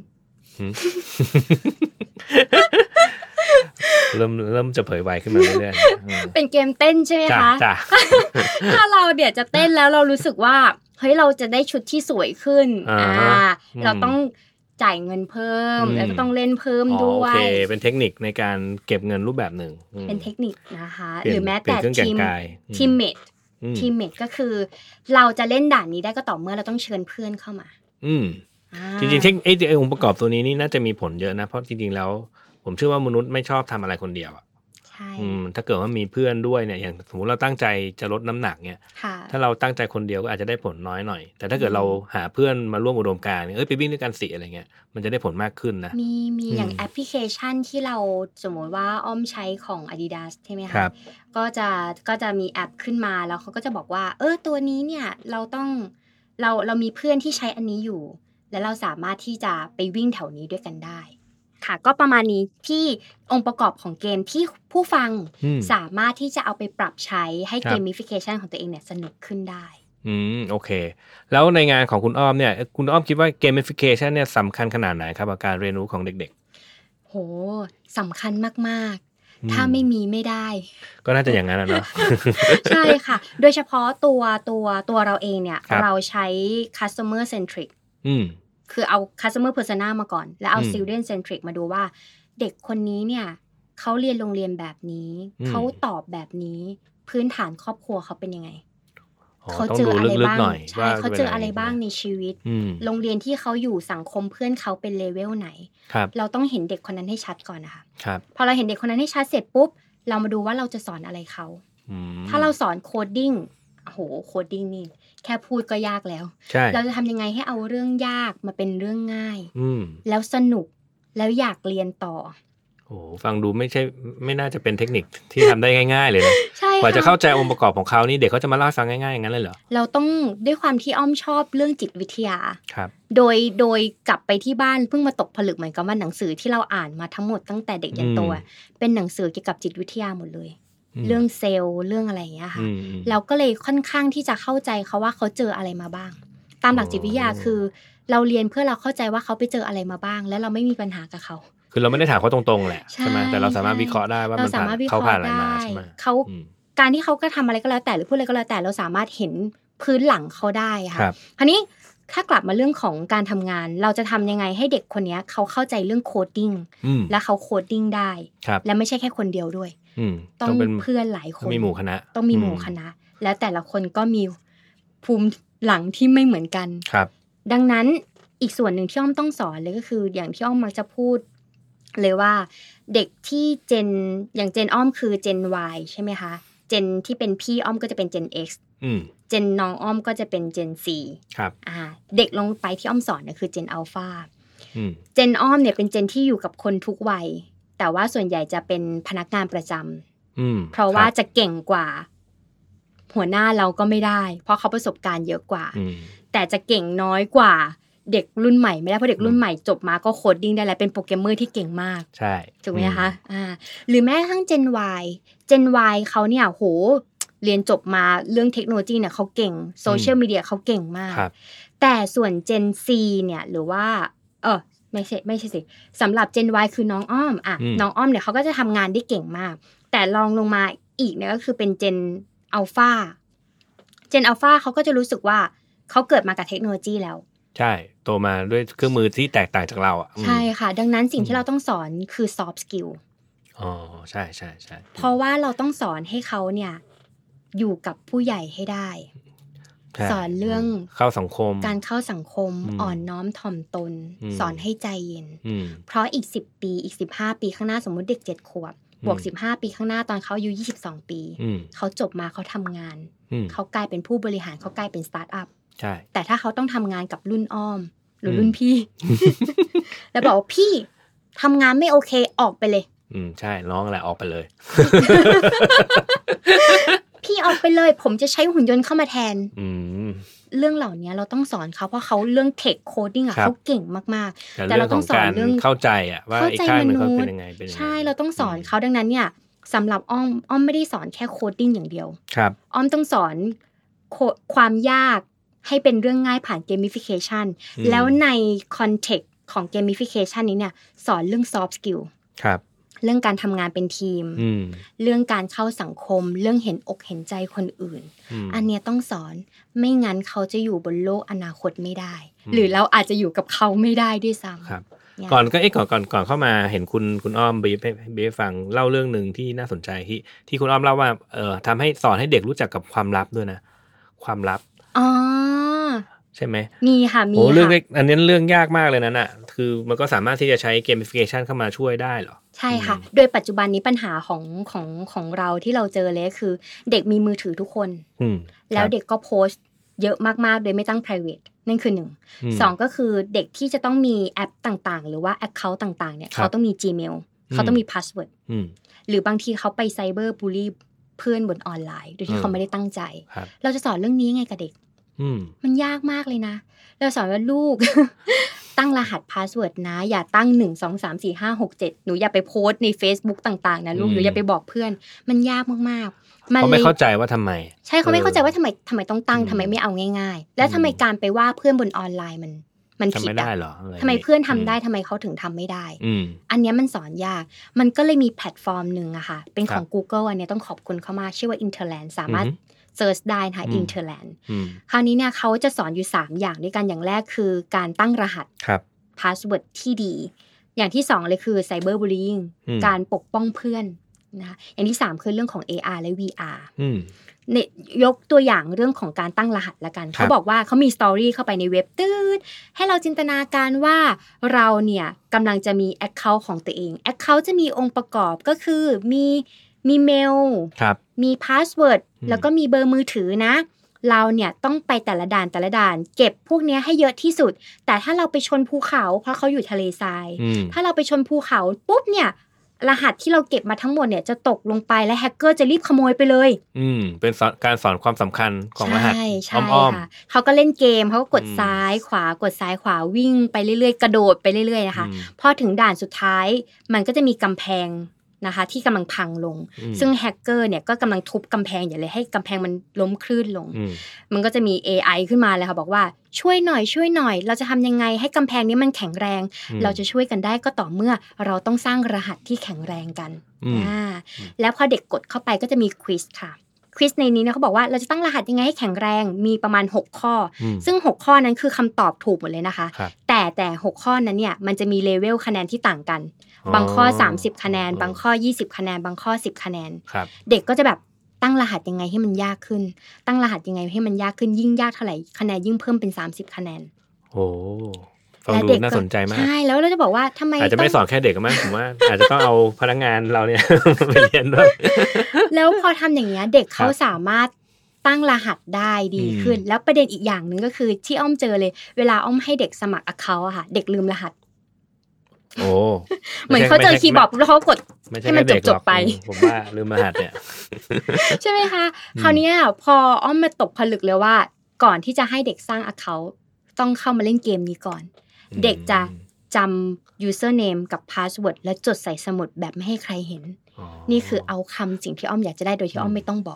Speaker 1: เริ่มจะเผยไวขึ้นมาเรื่อย
Speaker 3: ๆเป็นเกมเต้นใช่ไหมคะถ้าเราเดี๋ยวจะเต้นแล้วเรารู้สึกว่าเฮ้ยเราจะได้ชุดที่สวยขึ้นเราต้องจ่ายเงินเพิ่มแล้วก็ต้องเล่นเพิ่มด้วย
Speaker 1: โอเคเป็นเทคนิคในการเก็บเงินรูปแบบหนึ่ง
Speaker 3: เป็นเทคนิคนะคะหรือแม้แต่ทีมเมทก็คือเราจะเล่นด่านนี้ได้ก็ต่อเมื่อเราต้องเชิญเพื่อนเข้ามา
Speaker 1: จริงๆไอ้องค์ประกอบตัวนี้นี่น่าจะมีผลเยอะนะเพราะจริงๆแล้วผมเชื่อว่ามนุษย์ไม่ชอบทำอะไรคนเดียวอ่ะถ้าเกิดว่ามีเพื่อนด้วยเนี่ยอย่างสมมติเราตั้งใจจะลดน้ำหนักเนี่ยถ้าเราตั้งใจคนเดียวก็อาจจะได้ผลน้อยหน่อยแต่ถ้าเกิดเราหาเพื่อนมาร่วมอุดมการณ์ไปวิ่งด้วยกันสิอะไรเงี้ยมันจะได้ผลมากขึ้นนะ
Speaker 3: มีอย่างแอปพลิเคชันที่เราสมมติว่าอ้อมใช้ของ Adidas ใช่ไหมคะก็จะมีแอปขึ้นมาแล้วเขาก็จะบอกว่าตัวนี้เนี่ยเรามีเพื่อนที่ใช้อันนี้อยู่แล้วเราสามารถที่จะไปวิ่งแถวนี้ด้วยกันได้ค่ะก็ประมาณนี้ที่องค์ประกอบของเกมที่ผู้ฟังสามารถที่จะเอาไปปรับใช้ให้เกมมิฟิเคชันของตัวเองเนี่ยสนุกขึ้นได้
Speaker 1: โอเคแล้วในงานของคุณอ้อมเนี่ยคุณอ้อมคิดว่าเกมมิฟิเคชันเนี่ยสำคัญขนาดไหนครับกับการเรียนรู้ของเด็ก
Speaker 3: ๆโหสำคัญมากๆถ้าไม่มีไม่ได้
Speaker 1: ก็น่าจะอย่างนั้นนะเนาะ
Speaker 3: ใช่ค่ะโดยเฉพาะตัวเราเองเนี่ยเราใช้ customer centricคือเอา customer persona มาก่อนแล้วเอา student centric มาดูว่าเด็กคนนี้เนี่ยเขาเรียนโรงเรียนแบบนี้เขาตอบแบบนี้พื้นฐานครอบครัวเขาเป็นยังไงเขาเจออะไรบ้างใช่เขาเจออะไรบ้างในชีวิตโรงเรียนที่เขาอยู่สังคมเพื่อนเขาเป็นเลเวลไหนเราต้องเห็นเด็กคนนั้นให้ชัดก่อนนะคะพอเราเห็นเด็กคนนั้นให้ชัดเสร็จปุ๊บเรามาดูว่าเราจะสอนอะไรเขาถ้าเราสอนโคดดิ้งโหโคดดิ้งนี่แค่พูดก็ยากแล้วเราจะทำยังไงให้เอาเรื่องยากมาเป็นเรื่องง่ายแล้วสนุกแล้วอยากเรียนต่อ
Speaker 1: โอ้ฟังดูไม่น่าจะเป็นเทคนิคที่ทำได้ง่ายๆเลยนะกว่าจะเข้าใจองค์ประกอบของเขานี่เด็กเขาจะมาเล่าให้ฟังง่ายๆอย่างนั้นเลยเหรอ
Speaker 3: เราต้องด้วยความที่อ้อมชอบเรื่องจิตวิทยาโดยกลับไปที่บ้านเพิ่งมาตกผลึกเหมือนกับว่าหนังสือที่เราอ่านมาทั้งหมดตั้งแต่เด็กยันโตเป็นหนังสือเกี่ยวกับจิตวิทยาหมดเลยเรื่องเซลล์เรื่องอะไรอย่างเงี้ยค่ะเราก็เลยค่อนข้างที่จะเข้าใจเขาว่าเขาเจออะไรมาบ้างตามหลักจิตวิทยาคือเราเรียนเพื่อเราเข้าใจว่าเขาไปเจออะไรมาบ้างแล้วเราไม่มีปัญหากับเขา
Speaker 1: คือเราไม่ได้ถามเขาตรงๆแหละใช่ไหมแต่เราสามารถวิเคราะห์ได้ว่ามันเขาผ่านอะไรมาใช่ไหม
Speaker 3: เขาการที่เขาก็ทำอะไรก็แล้วแต่หรือพูดอะไรก็แล้วแต่เราสามารถเห็นพื้นหลังเขาได้ค่ะคราวนี้ถ้ากลับมาเรื่องของการทำงานเราจะทำยังไงให้เด็กคนนี้เขาเข้าใจเรื่องโคดดิ้งและเขาโคดดิ้งได้และไม่ใช่แค่คนเดียวด้วยต้องเพื่อนหลายคน
Speaker 1: ต้องมีหมู่คณะ
Speaker 3: แล้วแต่ละคนก็มีภูมิหลังที่ไม่เหมือนกันดังนั้นอีกส่วนหนึ่งที่อ้อมต้องสอนเลยก็คืออย่างที่อ้อมมักจะพูดเลยว่าเด็กที่อย่างเจนอ้อมคือเจน Y ใช่ไหมคะเจนที่เป็นพี่อ้อมก็จะเป็นเจน X เจนน้องอ้อมก็จะเป็นเจน C
Speaker 1: ครับ
Speaker 3: เด็กลงไปที่อ้อมสอนเนี่ยคือเจนอัลฟาเจนอ้อมเนี่ยเป็นเจนที่อยู่กับคนทุกวัยแต่ว่าส่วนใหญ่จะเป็นพนักงานประจำเพราะว่าจะเก่งกว่าหัวหน้าเราก็ไม่ได้เพราะเขาประสบการณ์เยอะกว่าแต่จะเก่งน้อยกว่าเด็กรุ่นใหม่ไม่ได้เพราะเด็กรุ่นใหม่จบมาก็โคดดิ้งได้แล้วเป็นโปรแกรมเมอร์ที่เก่งมาก
Speaker 1: ใช่
Speaker 3: ถูกไหมคะหรือแม้กระทั่งเจน Y เขาเนี่ยโหเรียนจบมาเรื่องเทคโนโลยีเนี่ยเขาเก่งโซเชียลมีเดียเขาเก่งมากแต่ส่วน Gen Z เนี่ยหรือว่าไม่ใช่สิสำหรับ Gen Y คือน้องอ้อมน้องอ้อมเนี่ยเขาก็จะทำงานได้เก่งมากแต่ลองลงมาอีกเนี่ยก็คือเป็น Gen Alpha Gen Alpha เขาก็จะรู้สึกว่าเขาเกิดมากับเทคโนโลยีแล้ว
Speaker 1: ใช่โตมาด้วยเครื่องมือที่แตกต่างจากเรา
Speaker 3: ใช่ค่ะดังนั้นสิ่งที่เราต้องสอนคือ soft skill
Speaker 1: อ๋อใช่ๆๆ
Speaker 3: เพราะว่าเราต้องสอนให้เขาเนี่ยอยู่กับผู้ใหญ่ให้ได้สอนเรื่อง
Speaker 1: เข้าสังคม
Speaker 3: การเข้าสังคมอ่อนน้อมถ่อมตนสอนให้ใจเย็นเพราะอีก10ปีอีก15ปีข้างหน้าสมมุติเด็ก7ขวบบวก15ปีข้างหน้าตอนเขาอายุ22ปีเขาจบมาเขาทำงานเขากลายเป็นผู้บริหารเขากลายเป็นสตาร์ทอัพ
Speaker 1: ใช่
Speaker 3: แต่ถ้าเขาต้องทำงานกับรุ่นอ้อมหรือรุ่นพี่ แล้วบอกว่าพี่ทำงานไม่โอเคออกไปเลย
Speaker 1: ใช่น้องอะไรออกไปเลย
Speaker 3: พี่ออกไปเลยผมจะใช้หุ่นยนต์เข้ามาแทนเรื่องเหล่านี้เราต้องสอนเขาเพราะเขาเรื่องเทคโคดิ้งเขาเก่งมากๆแต่เราต้องสอนเรื่อง
Speaker 1: เข้าใจว่าอีกข้างนึงเขาเป็นยังไง
Speaker 3: ใช่เราต้องสอนเขาดังนั้นเนี่ยสำหรับอ้อมไม่ได้สอนแค่โคดิ้งอย่างเดียวอ้อมต้องสอนความยากให้เป็นเรื่องง่ายผ่าน gamification แล้วในคอนเทกต์ของ gamification นี้เนี่ยสอนเรื่อง soft skill
Speaker 1: ครับ
Speaker 3: เรื่องการทำงานเป็นทีมเรื่องการเข้าสังคมเรื่องเห็นอกเห็นใจคนอื่นอันเนี้ยต้องสอนไม่งั้นเขาจะอยู่บนโลกอนาคตไม่ได้หรือเราอาจจะอยู่กับเขาไม่ได้ด้วยซ้ำ
Speaker 1: ครับก่อนเข้ามาเห็นคุณอ้อมบีฟังเล่าเรื่องนึงที่น่าสนใจที่คุณอ้อมเล่าว่าทำให้สอนให้เด็กรู้จักกับความลับด้วยนะความลับใช่ไหม
Speaker 3: มีค่ะมี
Speaker 1: เรื่องอันนี้เรื่องยากมากเลยนะน่ะคือมันก็สามารถที่จะใช้ gamification เข้ามาช่วยได้เหรอ
Speaker 3: ใช่ค่ะโดยปัจจุบันนี้ปัญหาของเราที่เราเจอเลยคือเด็กมีมือถือทุกคนแล้วเด็กก็โพสต์เยอะมากๆโดยไม่ตั้ง private นั่นคือ1 2ก็คือเด็กที่จะต้องมีแอปต่างๆหรือว่า account ต่างๆเนี่ยเขาต้องมี Gmail เขาต้องมี password หรือบางทีเขาไปไซเบอร์บูลลี่เพื่อนบนออนไลน์โดยที่เขาไม่ได้ตั้งใจเราจะสอนเรื่องนี้ไงกับเด็กมันยากมากเลยนะเราสอนว่าลูก ตั้งรหัสพาสเวิร์ดนะอย่าตั้ง1 2 3 4 5 6 7หนูอย่าไปโพสต์ใน Facebook ต่างๆนะลูกหรืออย่าไปบอกเพื่อนมันยากมากๆ
Speaker 1: เขาไม่เข้าใจว่าทำไม
Speaker 3: ใช่เขาไม่เข้าใจว่าทำไมต้องตั้งทำไมไม่เอาง่ายๆแล้วทำไมการไปว่าเพื่อนบนออนไลน์มันผิดอ่ะทำไมเพื่อนทำได้ทำไมเขาถึงทำไม่ได้อันนี้มันสอนยากมันก็เลยมีแพลตฟอร์มนึงอะค่ะเป็นของ Google อันนี้ต้องขอบคุณเขามากชื่อว่า Interland สามารถเซิร์ชได้ค่ะ Interland คราวนี้เนี่ยเขาจะสอนอยู่3อย่างด้วยกันอย่างแรกคือการตั้งรหัสพาสเวิร์ดที่ดีอย่างที่2เลยคือ Cyberbullying การปกป้องเพื่อนนะคะอย่างที่3คือเรื่องของ AR และ VR เนี่ยยกตัวอย่างเรื่องของการตั้งรหัสละกันเขาบอกว่าเขามีสตอรี่เข้าไปในเว็บตืดให้เราจินตนาการว่าเราเนี่ยกำลังจะมี Account ของตัวเอง Account จะมีองค์ประกอบก็คือมีเมลมีพาสเวิร์ดแล้วก็มีเบอร์มือถือนะเราเนี่ยต้องไปแต่ละด่านเก็บพวกนี้ให้เยอะที่สุดแต่ถ้าเราไปชนภูเขาเพราะเขาอยู่ทะเลทรายถ้าเราไปชนภูเขาปุ๊บเนี่ยรหัสที่เราเก็บมาทั้งหมดเนี่ยจะตกลงไปและแฮกเกอร์จะรีบขโมยไปเลย
Speaker 1: เป็นการสอนความสำคัญของรหัส
Speaker 3: อ้อมๆเขาก็เล่นเกมเขาก็กดซ้ายขวากดซ้ายขวาวิ่งไปเรื่อยๆกระโดดไปเรื่อยๆนะคะพอถึงด่านสุดท้ายมันก็จะมีกำแพงนะคะที่กำลังพังลงซึ่งแฮกเกอร์เนี่ยก็กำลังทุบกำแพงอย่างเลยให้กำแพงมันล้มคลื่นลงมันก็จะมี AI ขึ้นมาเลยค่ะบอกว่าช่วยหน่อยเราจะทำยังไงให้กำแพงนี้มันแข็งแรงเราจะช่วยกันได้ก็ต่อเมื่อเราต้องสร้างรหัสที่แข็งแรงกันแล้วพอเด็กกดเข้าไปก็จะมีควิสค่ะควิสในนี้เนี่ยเขาบอกว่าเราจะตั้งรหัสยังไงให้แข็งแรงมีประมาณ6ข้อซึ่ง6ข้อนั้นคือคำตอบถูกหมดเลยนะคะแต่6ข้อนั้นเนี่ยมันจะมีเลเวลคะแนนที่ต่างกันบางข้อ30คะแนนบางข้อ20คะแนนบางข้อ10คะแนนเด็กก็จะแบบตั้งรหัสยังไงให้มันยากขึ้นตั้งรหัสยังไงให้มันยากขึ้นยิ่งยากเท่าไหร่คะแนนยิ่งเพิ่มเป็น30คะแนน
Speaker 1: โอ้ฟังดูน่าสนใจมาก
Speaker 3: ใช่แล้วเราจะบอกว่าทำไม
Speaker 1: อาจจะไม่สอนแค่เด็กมั้งผมว่าอาจจะต้องเอาพนักงานเราเนี่ยไปเรียนด้วย
Speaker 3: แล้วพอทำอย่างเงี้ยเด็กเขาสามารถตั้งรหัสได้ดีขึ้นแล้วประเด็นอีกอย่างนึงก็คือที่อ้อมเจอเลยเวลาอ้อมให้เด็กสมัคร account อะค่ะเด็กลืมรหัส
Speaker 1: โอ้
Speaker 3: เหมือนเขาเจอคีย์บอร์ดแล้วเขากดให้มันจบไป
Speaker 1: ผมว่าลืมรหัสเนี่ย
Speaker 3: ใช่ไหมคะคราวนี้พออ้อมมาตกผลึกเลยว่าก่อนที่จะให้เด็กสร้าง account ต้องเข้ามาเล่นเกมนี้ก่อนเด็กจะจำ username กับ password และจดใส่สมุดแบบไม่ให้ใครเห็นนี่คือเอาคำสิ่งที่อ้อมอยากจะได้โดยที่อ้อมไม่ต้องบอก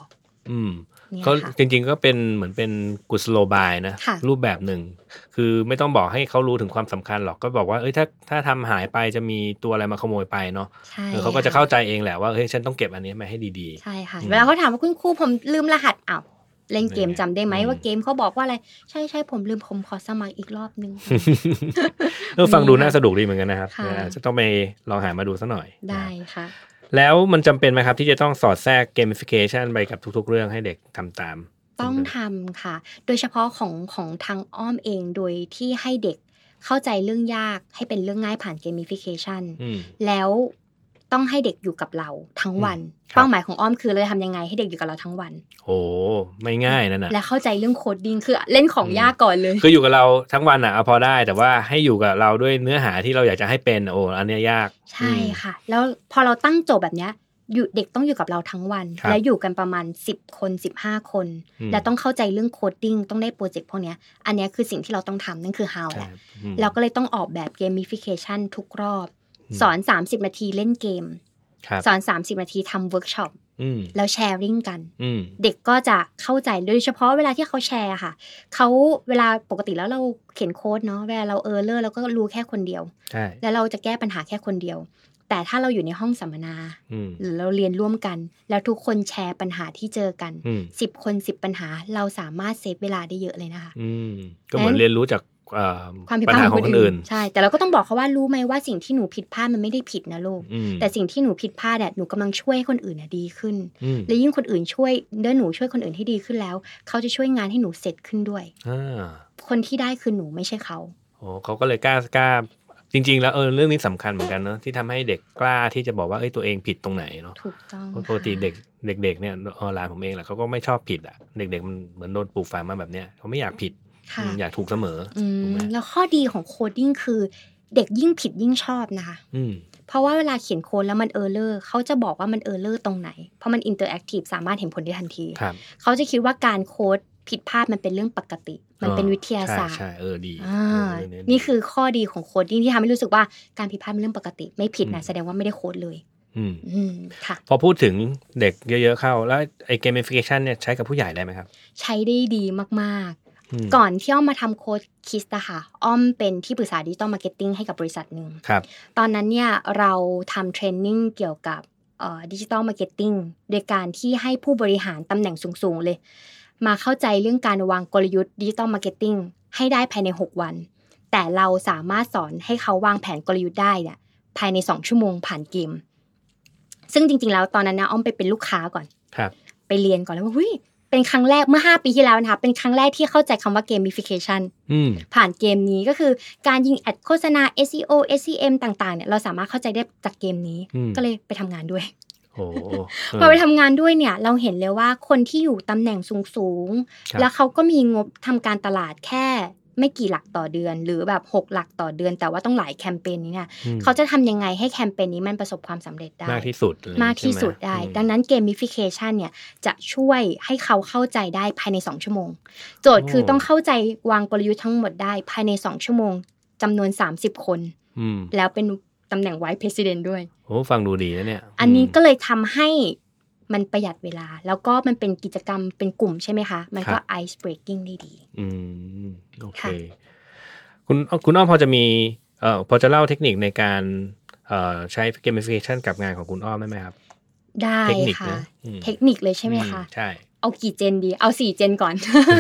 Speaker 1: เขาจริงๆก็เป็นเหมือนเป็นกุศโลบายนะรูปแบบหนึ่งคือไม่ต้องบอกให้เขารู้ถึงความสำคัญหรอกก็บอกว่าถ้าทำหายไปจะมีตัวอะไรมาขโมยไปเนาะเขาก็จะเข้าใจเองแหละว่าเฮ้ยฉันต้องเก็บอันนี้มาให้ดีๆใช่ค่ะ
Speaker 3: เวลาเขาถามว่าคุณครูผมลืมรหัสอ้าวเล่นเกมจำได้ไหมว่าเกมเขาบอกว่าอะไรใช่ผมลืมผมขอสมัครอีกรอบนึง
Speaker 1: ฟังดูน่าสนุกดีเหมือนกันนะครับจะต้องไปลองหามาดูซะหน่อย
Speaker 3: ได้ค่ะ
Speaker 1: แล้วมันจำเป็นไหมครับที่จะต้องสอดแทรก gamification ไปกับทุกๆเรื่องให้เด็กทำตาม
Speaker 3: ต้องทำค่ะโดยเฉพาะของทางอ้อมเองโดยที่ให้เด็กเข้าใจเรื่องยากให้เป็นเรื่องง่ายผ่าน gamification แล้วต้องให้เด็กอยู่กับเราทั้งวันเป้าหมายของอ้อมคือเราจะทำยังไงให้เด็กอยู่กับเราทั้งวัน
Speaker 1: โอ้ไม่ง่ายนั่นน่ะ
Speaker 3: และเข้าใจเรื่องโคดดิ้งคือเล่นของยากก่อนเลย
Speaker 1: คืออยู่กับเราทั้งวันอ่ะพอได้แต่ว่าให้อยู่กับเราด้วยเนื้อหาที่เราอยากจะให้เป็นอันนี้ยาก
Speaker 3: ใช่ค่ะแล้วพอเราตั้งโจทย์แบบเนี้ยอยู่เด็กต้องอยู่กับเราทั้งวันและอยู่กันประมาณ10คน15คนและต้องเข้าใจเรื่องโคดดิ้งต้องได้โปรเจกต์พวกนี้อันนี้คือสิ่งที่เราต้องทำนั่นคือ how แหละเราก็เลยต้องออกแบบ gamification ทุกรอบสอน30นาทีเล่นเกมสอน30นาทีทำเวิร์กช็อปแล้วแชร์ริ่งกันเด็กก็จะเข้าใจโดยเฉพาะเวลาที่เขาแชร์ค่ะเขาเวลาปกติแล้วเราเขียนโค้ดเนาะเวลาเราเออร์เลอร์เราก็รู้แค่คนเดียวแล้วเราจะแก้ปัญหาแค่คนเดียวแต่ถ้าเราอยู่ในห้องสัมมนาหรือเราเรียนร่วมกันแล้วทุกคนแชร์ปัญหาที่เจอกัน10คน10ปัญหาเราสามารถเซฟเวลาได้เยอะเลยนะคะ
Speaker 1: ก็เหมือนเรียนรู้จากความผิดพลาดของคนอื่น
Speaker 3: ใช่แต่เราก็ต้องบอกเขาว่ารู้ไหมว่าสิ่งที่หนูผิดพลาดมันไม่ได้ผิดนะลูกแต่สิ่งที่หนูผิดพลาดหนูกำลังช่วยให้คนอื่นดีขึ้นและยิ่งคนอื่นช่วยหนูช่วยคนอื่นให้ดีขึ้นแล้วเขาจะช่วยงานให้หนูเสร็จขึ้นด้วยคนที่ได้คือหนูไม่ใช่เขา
Speaker 1: เขาก็เลยกล้าจริงๆแล้วเรื่องนี้สำคัญเหมือนกันเนาะที่ทำให้เด็กกล้าที่จะบอกว่าตัวเองผิดตรงไหนเนาะ
Speaker 3: ถูกต้อง
Speaker 1: ปกติเด็กเนี่ยหลานผมเองแหละเขาก็ไม่ชอบผิดอ่ะเด็กๆมันเหมือนโดนปลูกฝังมาแบบเนี้ยเขาไม่อยากผิดอยากถูกเสมอ
Speaker 3: แล้วข้อดีของโคดดิ้งคือเด็กยิ่งผิดยิ่งชอบนะคะเพราะว่าเวลาเขียนโค้ดแล้วมันเออร์เลอร์เขาจะบอกว่ามันเออร์เลอร์ตรงไหนเพราะมันอินเตอร์แอคทีฟสามารถเห็นผลได้ทันทีเขาจะคิดว่าการโค้ดผิดพลาดมันเป็นเรื่องปกติมันเป็นวิทยาศาสตร์
Speaker 1: ใช่ดี
Speaker 3: นี่คือข้อดีของโคดดิ้งที่ทำให้รู้สึกว่าการผิดพลาดเป็นเรื่องปกติไม่ผิดนะแสดงว่าไม่ได้โค้ดเลย
Speaker 1: ค่ะพอพูดถึงเด็กเยอะๆเข้าแล้วไอ้ gamification เนี่ยใช้กับผู้ใหญ่ได้ไหมครับ
Speaker 3: ใช้ได้ดีมากๆก่อนที่อ้อมมาทำโค้ดคิสต์ค่ะอ้อมเป็นที่ปรึกษาดิจิตอลมาร์เก็ตติ้งให้กับบริษัทหนึ่งตอนนั้นเนี่ยเราทำเทรนนิ่งเกี่ยวกับดิจิตอลมาร์เก็ตติ้งโดยการที่ให้ผู้บริหารตำแหน่งสูงๆเลยมาเข้าใจเรื่องการวางกลยุทธ์ดิจิตอลมาร์เก็ตติ้งให้ได้ภายใน6วันแต่เราสามารถสอนให้เขาวางแผนกลยุทธ์ได้เนี่ยภายใน2ชั่วโมงผ่านเกมซึ่งจริงๆแล้วตอนนั้นนะอ้อมไปเป็นลูกค้าก่อนไปเรียนก่อนแล้วว่าเป็นครั้งแรกเมื่อ5ปีที่แล้วนะคะเป็นครั้งแรกที่เข้าใจคำว่า gamification ผ่านเกมนี้ก็คือการยิงแอดโฆษณา SEO SEM ต่างๆเนี่ยเราสามารถเข้าใจได้จากเกมนี้ก็เลยไปทำงานด้วยพอไปทำงานด้วยเนี่ยเราเห็นเลยว่าคนที่อยู่ตำแหน่งสูงๆแล้วเขาก็มีงบทำการตลาดแค่ไม่กี่หลักต่อเดือนหรือแบบ6หลักต่อเดือนแต่ว่าต้องหลายแคมเปญนี้เนี่ยเขาจะทำยังไงให้แคมเปญนี้มันประสบความสำเร็จได้
Speaker 1: มากที่สุด
Speaker 3: ได้ดังนั้น gamification เนี่ยจะช่วยให้เขาเข้าใจได้ภายใน2ชั่วโมงโจทย์คือต้องเข้าใจวางกลยุทธ์ทั้งหมดได้ภายใน2ชั่วโมงจำนวน30คนแล้วเป็นตำแหน่ง Vice President ด้วย
Speaker 1: ฟังดูดีนะเนี่ย
Speaker 3: อันนี้ก็เลยทำให้มันประหยัดเวลาแล้วก็มันเป็นกิจกรรมเป็นกลุ่มใช่ไหมคะมันก็ ice breaking ได้ดี
Speaker 1: โอเคคุณอ้อมพอจะมีพอจะเล่าเทคนิคในการใช้ gamification กับงานของคุณอ้อมได้ไหมครับ
Speaker 3: ได้ค่ะเทคนิคเลยใช่ไหมคะ
Speaker 1: ใช่
Speaker 3: เอากี่เจนดีเอา4เจนก่อน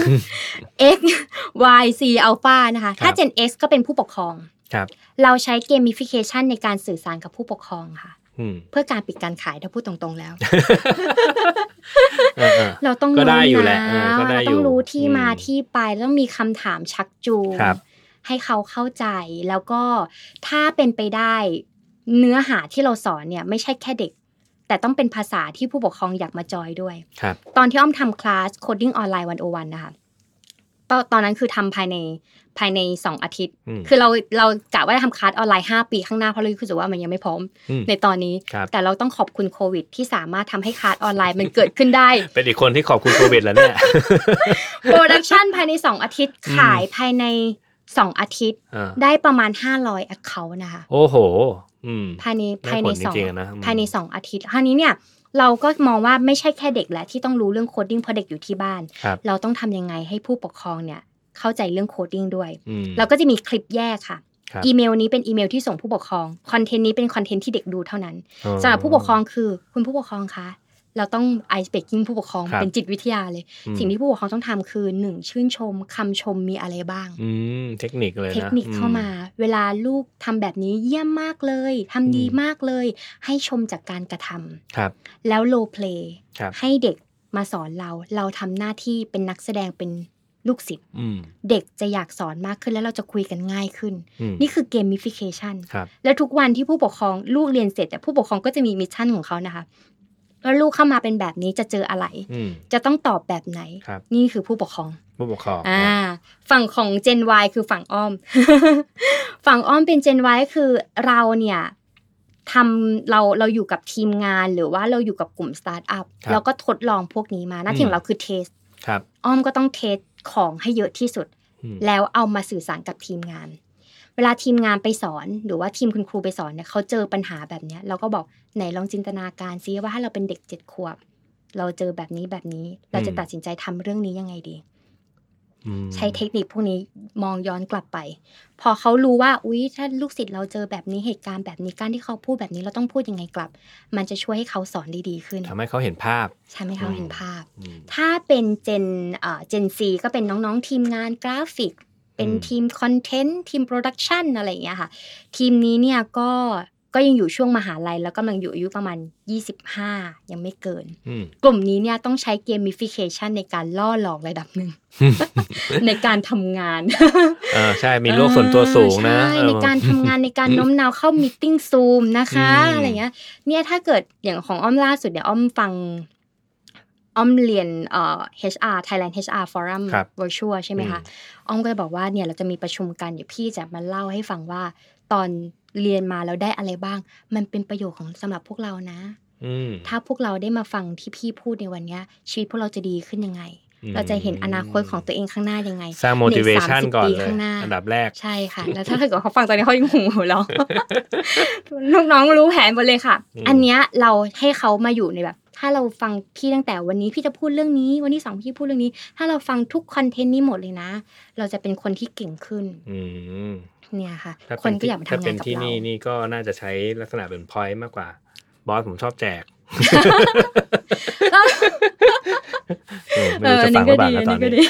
Speaker 3: X Y C Alpha นะคะถ้าเจน X ก็เป็นผู้ปกครองเราใช้ gamification ในการสื่อสารกับผู้ปกครองค่ะเพื่อการปิดการขายถ้าพูดตรงๆแล้วเราต้องรู้นะเราต้องรู้ที่มาที่ไปต้องมีคำถามชักจูงให้เขาเข้าใจแล้วก็ถ้าเป็นไปได้เนื้อหาที่เราสอนเนี่ยไม่ใช่แค่เด็กแต่ต้องเป็นภาษาที่ผู้ปกครองอยากมาจอยด้วยตอนที่อ้อมทำคลาส Coding Online 101นะคะตอนนั้นคือทำภายใน2อาทิตย์คือเรากะว่าจะทำคลาสออนไลน์5ปีข้างหน้าเพราะเรารู้สึกว่ามันยังไม่พร้อมในตอนนี้แต่เราต้องขอบคุณโควิดที่สามารถทำให้คลาสออนไลน์มันเกิดขึ้นได้
Speaker 1: เป็นอีกคนที่ขอบคุณโควิดแล้วเนี่ย
Speaker 3: โปรดักชันภายใน2อาทิตย์ขายภายใน2อาทิตย์ได้ประมาณ500 account นะคะ
Speaker 1: โอ้โห
Speaker 3: ภายใน2อาทิตย์คราวนี้เนี่ยเราก็มองว่าไม่ใช่แค่เด็กแหละที่ต้องรู้เรื่องโคดดิ้งเพราะเด็กอยู่ที่บ้านเราต้องทำยังไงให้ผู้ปกครองเนี่ยเข้าใจเรื่องโคดดิ้งด้วยเราก็จะมีคลิปแยกค่ะอีเมลนี้เป็นอีเมลที่ส่งผู้ปกครองคอนเทนต์นี้เป็นคอนเทนต์ที่เด็กดูเท่านั้นสำหรับผู้ปกครองคือคุณผู้ปกครองคะเราต้องไอซ์เบรกกิ้งผู้ปกครองเป็นจิตวิทยาเลยสิ่งที่ผู้ปกครองต้องทำคือ1ชื่นชมคำชมมีอะไรบ้าง
Speaker 1: เทคนิคเลยนะ
Speaker 3: เทคนิคเข้ามาเวลาลูกทำแบบนี้เยี่ยมมากเลยทำดีมากเลยให้ชมจากการกระทำแล้วโรลเพลย์ให้เด็กมาสอนเราทำหน้าที่เป็นนักแสดงเป็นลูกศิษย์เด็กจะอยากสอนมากขึ้นแล้วเราจะคุยกันง่ายขึ้นนี่คือเกมมิฟิเคชันแล้วทุกวันที่ผู้ปกครองลูกเรียนเสร็จแต่ผู้ปกครองก็จะมีมิชชั่นของเขานะคะว่าลูกเข้ามาเป็นแบบนี้จะเจออะไรจะต้องตอบแบบไหนนี่คือผู้ปกครองฝั่งของ Gen Y คือฝั่งอ้อม ฝั่งอ้อมเป็น Gen Y คือเราเนี่ยเราอยู่กับทีมงานหรือว่าเราอยู่กับกลุ่มสตาร์ทอัพเราก็ทดลองพวกนี้มาหน้าที่ของเราคือเทสอ้อมก็ต้องเทสของให้เยอะที่สุดแล้วเอามาสื่อสารกับทีมงานเวลาทีมงานไปสอนหรือว่าทีมคุณครูไปสอนเนี่ยเขาเจอปัญหาแบบนี้เราก็บอกไหนลองจินตนาการซิว่าถ้าเราเป็นเด็ก7 ขวบเราเจอแบบนี้เราจะตัดสินใจทำเรื่องนี้ยังไงดีใช้เทคนิคพวกนี้มองย้อนกลับไปพอเขารู้ว่าอุ๊ยถ้าลูกศิษย์เราเจอแบบนี้เหตุการณ์แบบนี้การที่เขาพูดแบบนี้เราต้องพูดยังไงกลับมันจะช่วยให้เขาสอนได้ดีขึ้น
Speaker 1: ทำให้เขาเห็นภาพ
Speaker 3: ใช่ไหมเขาเห็นภาพถ้าเป็นGen C ก็เป็นน้องๆทีมงานกราฟิกเป็นทีมคอนเทนต์ทีมโปรดักชันอะไรอย่างเงี้ยค่ะทีมนี้เนี่ยก็ยังอยู่ช่วงมหาลัยแล้วกำลังอยู่อายุประมาณ25ยังไม่เกินกลุ่มนี้เนี่ยต้องใช้เกมมิฟิเคชันในการล่อหลอกระดับหนึ่ง ในการทำงาน
Speaker 1: ใช่มีโลกส่วนตัวสูงนะ
Speaker 3: ใช่ในการทำงานในการโน้มน้าวเข้ามีตติ้งซูมนะคะอะไรเงี้ยเนี่ยถ้าเกิดอย่างของอ้อมล่าสุดเดี๋ยวอ้อมฟังอ้อมเรียนHR Thailand HR Forum Virtual ใช่ไหมคะอ้อมก็จะบอกว่าเนี่ยเราจะมีประชุมกันเดี๋ยวพี่จะมาเล่าให้ฟังว่าตอนเรียนมาแล้วได้อะไรบ้างมันเป็นประโยชน์ของสำหรับพวกเรานะถ้าพวกเราได้มาฟังที่พี่พูดในวันนี้ชีวิตพวกเราจะดีขึ้นยังไงเราจะเห็นอนาคตของตัวเองข้างหน้ายังไง
Speaker 1: สร้าง motivation ก่อนเลยอันดับแรก
Speaker 3: ใช่ค่ะแล้วถ้าเกิดเขาฟังตอนนี้เขายังหูเรา ลูกน้องรู้แผนหมดเลยค่ะอันเนี้ยเราให้เขามาอยู่ในแบบถ้าเราฟังพี่ตั้งแต่วันนี้พี่จะพูดเรื่องนี้วันที่2พี่พูดเรื่องนี้ถ้าเราฟังทุกคอนเทนต์นี้หมดเลยนะเราจะเป็นคนที่เก่งขึ้นเนี่ยค่ะคนก็อยากมาทำงานกับเราถ้าเป็น
Speaker 1: ที่นี่ก็น่าจะใช้ลักษณะเป็น point มากกว่าบอสผมชอบแจก
Speaker 3: อันนี้ก็ดีอันนี้ก็ดี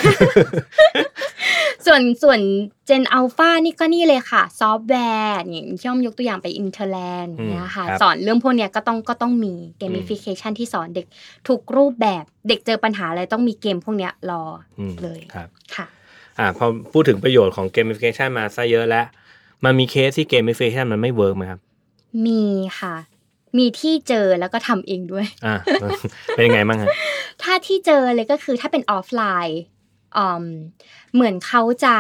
Speaker 3: ส่วน Gen Alpha นี่ก็นี่เลยค่ะซอฟต์แวร์อย่างที่อ้อมยกตัวอย่างไป Interland เนี่ยค่ะสอนเรื่องพวกเนี้ยก็ต้องมี gamification ที่สอนเด็กทุกรูปแบบเด็กเจอปัญหาอะไรต้องมีเกมพวกเนี้ยรอเลยค่ะ
Speaker 1: พอพูดถึงประโยชน์ของ gamification มาซะเยอะแล้วมันมีเคสที่ gamification มันไม่เวิร์กมั้ยครับ
Speaker 3: มีค่ะมีที่เจอแล้วก็ทำเองด้วย
Speaker 1: เป็นยังไงบ้างฮะ
Speaker 3: ถ้าที่เจอเลยก็คือถ้าเป็นออฟไลน์เหมือนเขา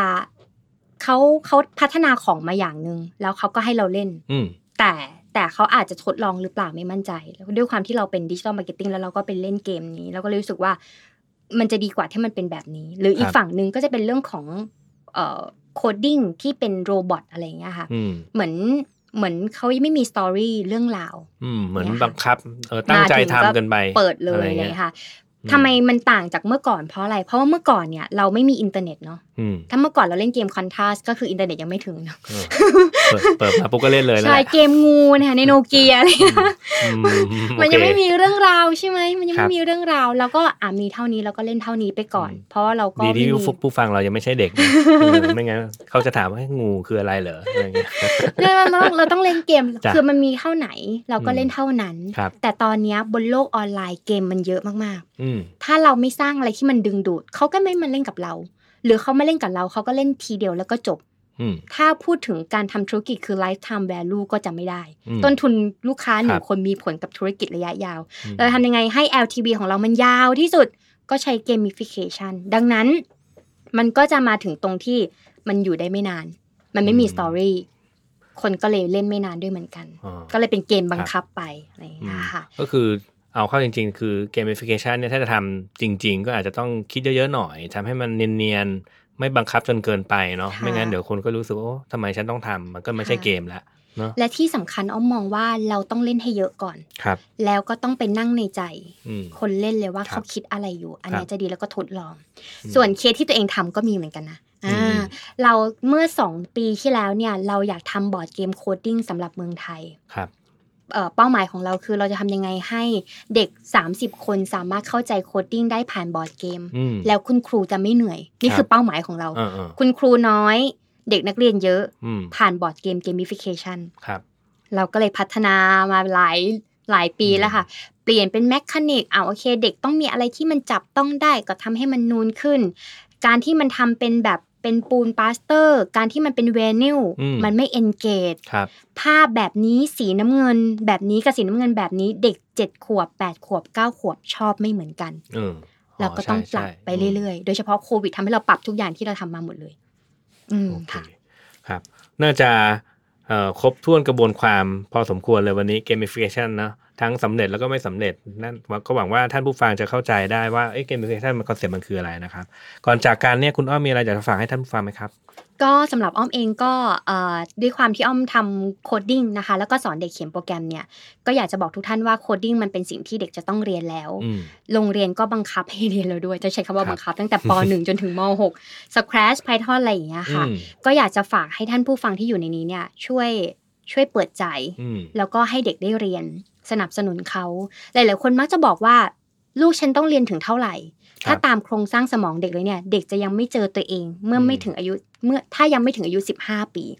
Speaker 3: พัฒนาของมาอย่างนึงแล้วเขาก็ให้เราเล่นแต่เขาอาจจะทดลองหรือเปล่าไม่มั่นใจแล้วด้วยความที่เราเป็นดิจิทัลมาร์เก็ตติ้งแล้วเราก็เป็นเล่นเกมนี้เราก็เลยรู้สึกว่ามันจะดีกว่าที่มันเป็นแบบนี้หรืออีกฝั่งนึงก็จะเป็นเรื่องของโคดดิ้งที่เป็นโรบอทอะไรอย่างเงี้ยค่ะเหมือนเขาไม่มีสตอรี่เรื่องราว
Speaker 1: เหมือนบังคับตั้งใจทำกันไป
Speaker 3: เปิดเลยเลยค่ะทำไมมันต่างจากเมื่อก่อนเพราะอะไรเพราะว่าเมื่อก่อนเนี่ยเราไม่มีอินเทอร์เน็ตเนาะถ้าเมื่อก่อนเราเล่นเกมคอนทราสก็คืออินเทอร์เน็ตยังไม่ถึงเนาะ
Speaker 1: เปิดมาปุ๊บก็เล่นเลยนะ
Speaker 3: ใช่เกมงูเนี่ยในโนเกียอะไรมันยังไม่มีเรื่องราวใช่ไหมมันยังไม่มีเรื่องราวแล้วก็มีเท่านี้เราก็เล่นเท่านี้ไปก่อนเพราะเราก็
Speaker 1: ดีที่ผู้ฟังเรายังไม่ใช่เด็กไม่งั้นเขาจะถามว่างูคืออะไรเหรออะไรเงี้ย
Speaker 3: เราต้องเล่นเกมคือมันมีเท่าไหนเราก็เล่นเท่านั้นแต่ตอนนี้บนโลกออนไลน์เกมมันเยอะมากๆถ้าเราไม่สร้างอะไรที่มันดึงดูดเขาก็ไม่มาเล่นกับเราหรือเขามาเล่นกับเราเขาก็เล่นทีเดียวแล้วก็จบถ้าพูดถึงการทำธุรกิจคือ lifetime value ก็จะไม่ได้ต้นทุนลูกค้า1คนมีผลกับธุรกิจระยะยาวเราทำยังไงให้ LTV ของเรามันยาวที่สุดก็ใช้ gamification ดังนั้นมันก็จะมาถึงตรงที่มันอยู่ได้ไม่นานมันไม่มี story คนก็เลยเล่นไม่นานด้วยเหมือนกันก็เลยเป็นเกมบังคับไปอะไรอย่างเงี้ยค่ะ
Speaker 1: ก็คือเอาเข้าจริงๆคือ gamification เนี่ยถ้าจะทำจริงๆก็อาจจะต้องคิดเยอะๆหน่อยทำให้มันเนียนๆไม่บังคับจนเกินไปเนาะไม่งั้นเดี๋ยวคนก็รู้สึกว่าทำไมฉันต้องทำมันก็ไม่ใช่เกมละ
Speaker 3: และที่สำคัญอ้อมมองว่าเราต้องเล่นให้เยอะก่อนแล้วก็ต้องไปนั่งในใจคนเล่นเลยว่าเขาคิดอะไรอยู่อันนี้จะดีแล้วก็ทดลองส่วนเคสที่ตัวเองทำก็มีเหมือนกันนะเราเมื่อ2 ปีที่แล้วเนี่ยเราอยากทำบอร์ดเกมโคดดิ้งสำหรับเมืองไทยเป้าหมายของเราคือเราจะทำยังไงให้เด็ก30 คนสามารถเข้าใจโคดดิ้งได้ผ่านบอร์ดเกมแล้วคุณครูจะไม่เหนื่อยนี่คือเป้าหมายของเราคุณครูน้อยเด็กนักเรียนเยอะผ่านบอร์ดเกม gamification เราก็เลยพัฒนามาหลายปีแล้วค่ะเปลี่ยนเป็นแมคานิกโอเคเด็กต้องมีอะไรที่มันจับต้องได้ก็ทำให้มันนูนขึ้นการที่มันทำเป็นแบบเป็นปูนปาสเตอร์การที่มันเป็นเวนิลมันไม่เอนเกจภาพแบบนี้สีน้ำเงินแบบนี้กับสีน้ำเงินแบบนี้เด็ก7 ขวบ8 ขวบ9 ขวบชอบไม่เหมือนกันเราก็ต้องปรับไปเรื่อยๆโดยเฉพาะโควิดทำให้เราปรับทุกอย่างที่เราทำมาหมดเลยค่ะ
Speaker 1: ครับน่าจะครบถ้วนกระบวนความพอสมควรเลยวันนี้ gamification เนาะทั้งสำเร็จแล้วก็ไม่สำเร็จนั่นก็หวังว่าท่านผู้ฟังจะเข้าใจได้ว่าgamification มันคอนเซ็ปต์มันคืออะไรนะครับก่อนจากการเนี่ยคุณอ้อมมีอะไรอยากจะฝากให้ท่านผู้ฟังไหมครับ
Speaker 3: ก็สำหรับอ้อมเองก็ด้วยความที่อ้อมทำโคดดิ้งนะคะแล้วก็สอนเด็กเขียนโปรแกรมเนี่ยก็อยากจะบอกทุกท่านว่าโคดดิ้งมันเป็นสิ่งที่เด็กจะต้องเรียนแล้วโรงเรียนก็บังคับให้เรียนแล้วด้วยจะใช้คำว่าบังคับตั้งแต่ป .1 จนถึงม .6 Scratch Python อะไรอย่างเงี้ยค่ะก็อยากจะฝากให้ท่านผู้ฟังที่อยู่ในนี้เนี่ยช่วยเปิดใจแล้วก็ให้เด็กได้เรียนสนับสนุนเขาหลายๆคนมักจะบอกว่าลูกฉันต้องเรียนถึงเท่าไหร่ถ้าตามโครงสร้างสมองเด็กเลยเนี่ยเด็กจะยังไม่เจอตัวเองเมื่อไม่ถึงอายุถ้ายังไม่ถึงอายุ15 ปี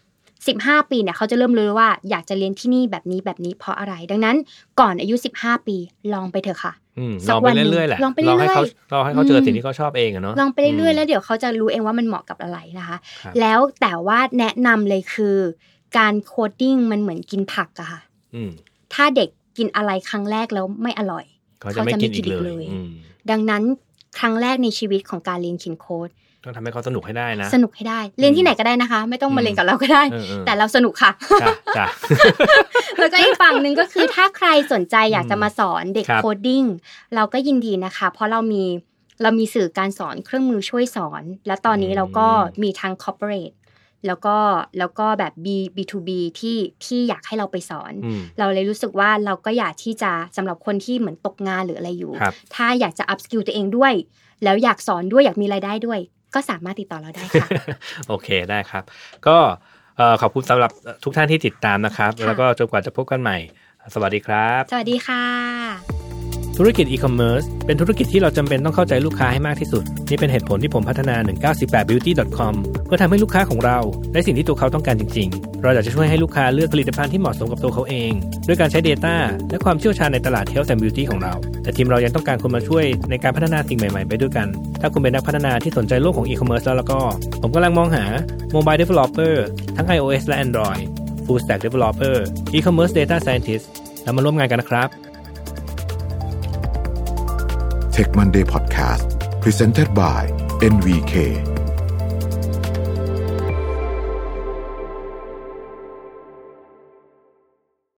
Speaker 3: 15 ปีเนี่ยเขาจะเริ่มรู้ว่าอยากจะเรียนที่นี่แบบนี้เพราะอะไรดังนั้นก่อนอายุ15 ปีลองไปเถอะค่ะ
Speaker 1: ลองไปเรื่อยๆแหละลองให้เขาเจอสิ่งที่เขาชอบเองอะเนาะ
Speaker 3: ลองไปเรื่อยๆแล้วเดี๋ยวเขาจะรู้เองว่ามันเหมาะกับอะไรนะคะแล้วแต่ว่าแนะนำเลยคือการโคดดิ้งมันเหมือนกินผักอะค่ะถ้าเด็กกินอะไรครั้งแรกแล้วไม่อร่อย
Speaker 1: เขาจะไม่กินอีกเลย
Speaker 3: ดังนั้นครั้งแรกในชีวิตของการเรียนเขียนโค้ด
Speaker 1: ต้องทำให้เขาสนุกให้ได้นะ
Speaker 3: สนุกให้ได้เรียนที่ไหนก็ได้นะคะไม่ต้องมาเรียนกับเราก็ได้แต่เราสนุกค่ะ
Speaker 1: จ้ะ
Speaker 3: แล้วก็อีกฝั่งนึงก็คือถ้าใครสนใจอยากจะมาสอนเด็กโคดดิ้งเราก็ยินดีนะคะเพราะเรามีสื่อการสอนเครื่องมือช่วยสอนแล้วตอนนี้เราก็มีทาง corporateแล้วก็แบบ B2B ที่อยากให้เราไปสอนเราเลยรู้สึกว่าเราก็อยากที่จะสำหรับคนที่เหมือนตกงานหรืออะไรอยู่ถ้าอยากจะ up skill ตัวเองด้วยแล้วอยากสอนด้วยอยากมีรายได้ด้วยก็สามารถติดต่อเราได้ค่ะ
Speaker 1: โอเคได้ครับก็ขอบคุณสำหรับทุกท่านที่ติดตามนะครับแล้วก็จนกว่าจะพบกันใหม่สวัสดีครับ
Speaker 3: สวัสดีค่ะ
Speaker 1: ธุรกิจอีคอมเมิร์ซเป็นธุรกิจที่เราจำเป็นต้องเข้าใจลูกค้าให้มากที่สุดนี่เป็นเหตุผลที่ผมพัฒนา 1918beauty.com เพื่อทำให้ลูกค้าของเราได้สิ่งที่ตัวเขาต้องการจริงๆเราอยากจะช่วยให้ลูกค้าเลือกผลิตภัณฑ์ที่เหมาะสมกับตัวเขาเองด้วยการใช้ Data และความเชี่ยวชาญในตลาด Health and Beauty ของเราแต่ทีมเรายังต้องการคนมาช่วยในการพัฒนาสิ่งใหม่ๆไปด้วยกันถ้าคุณเป็นนักพัฒนาที่สนใจโลกของอีคอมเมิร์ซแล้วก็ผมกำลังมองหา Mobile Developer ทั้ง iOS และ Android Full Stack Developer E-commerce Data Scientist แล้วมาร่วมงานกันนะครับ
Speaker 2: Tech Monday Podcast Presented by NVK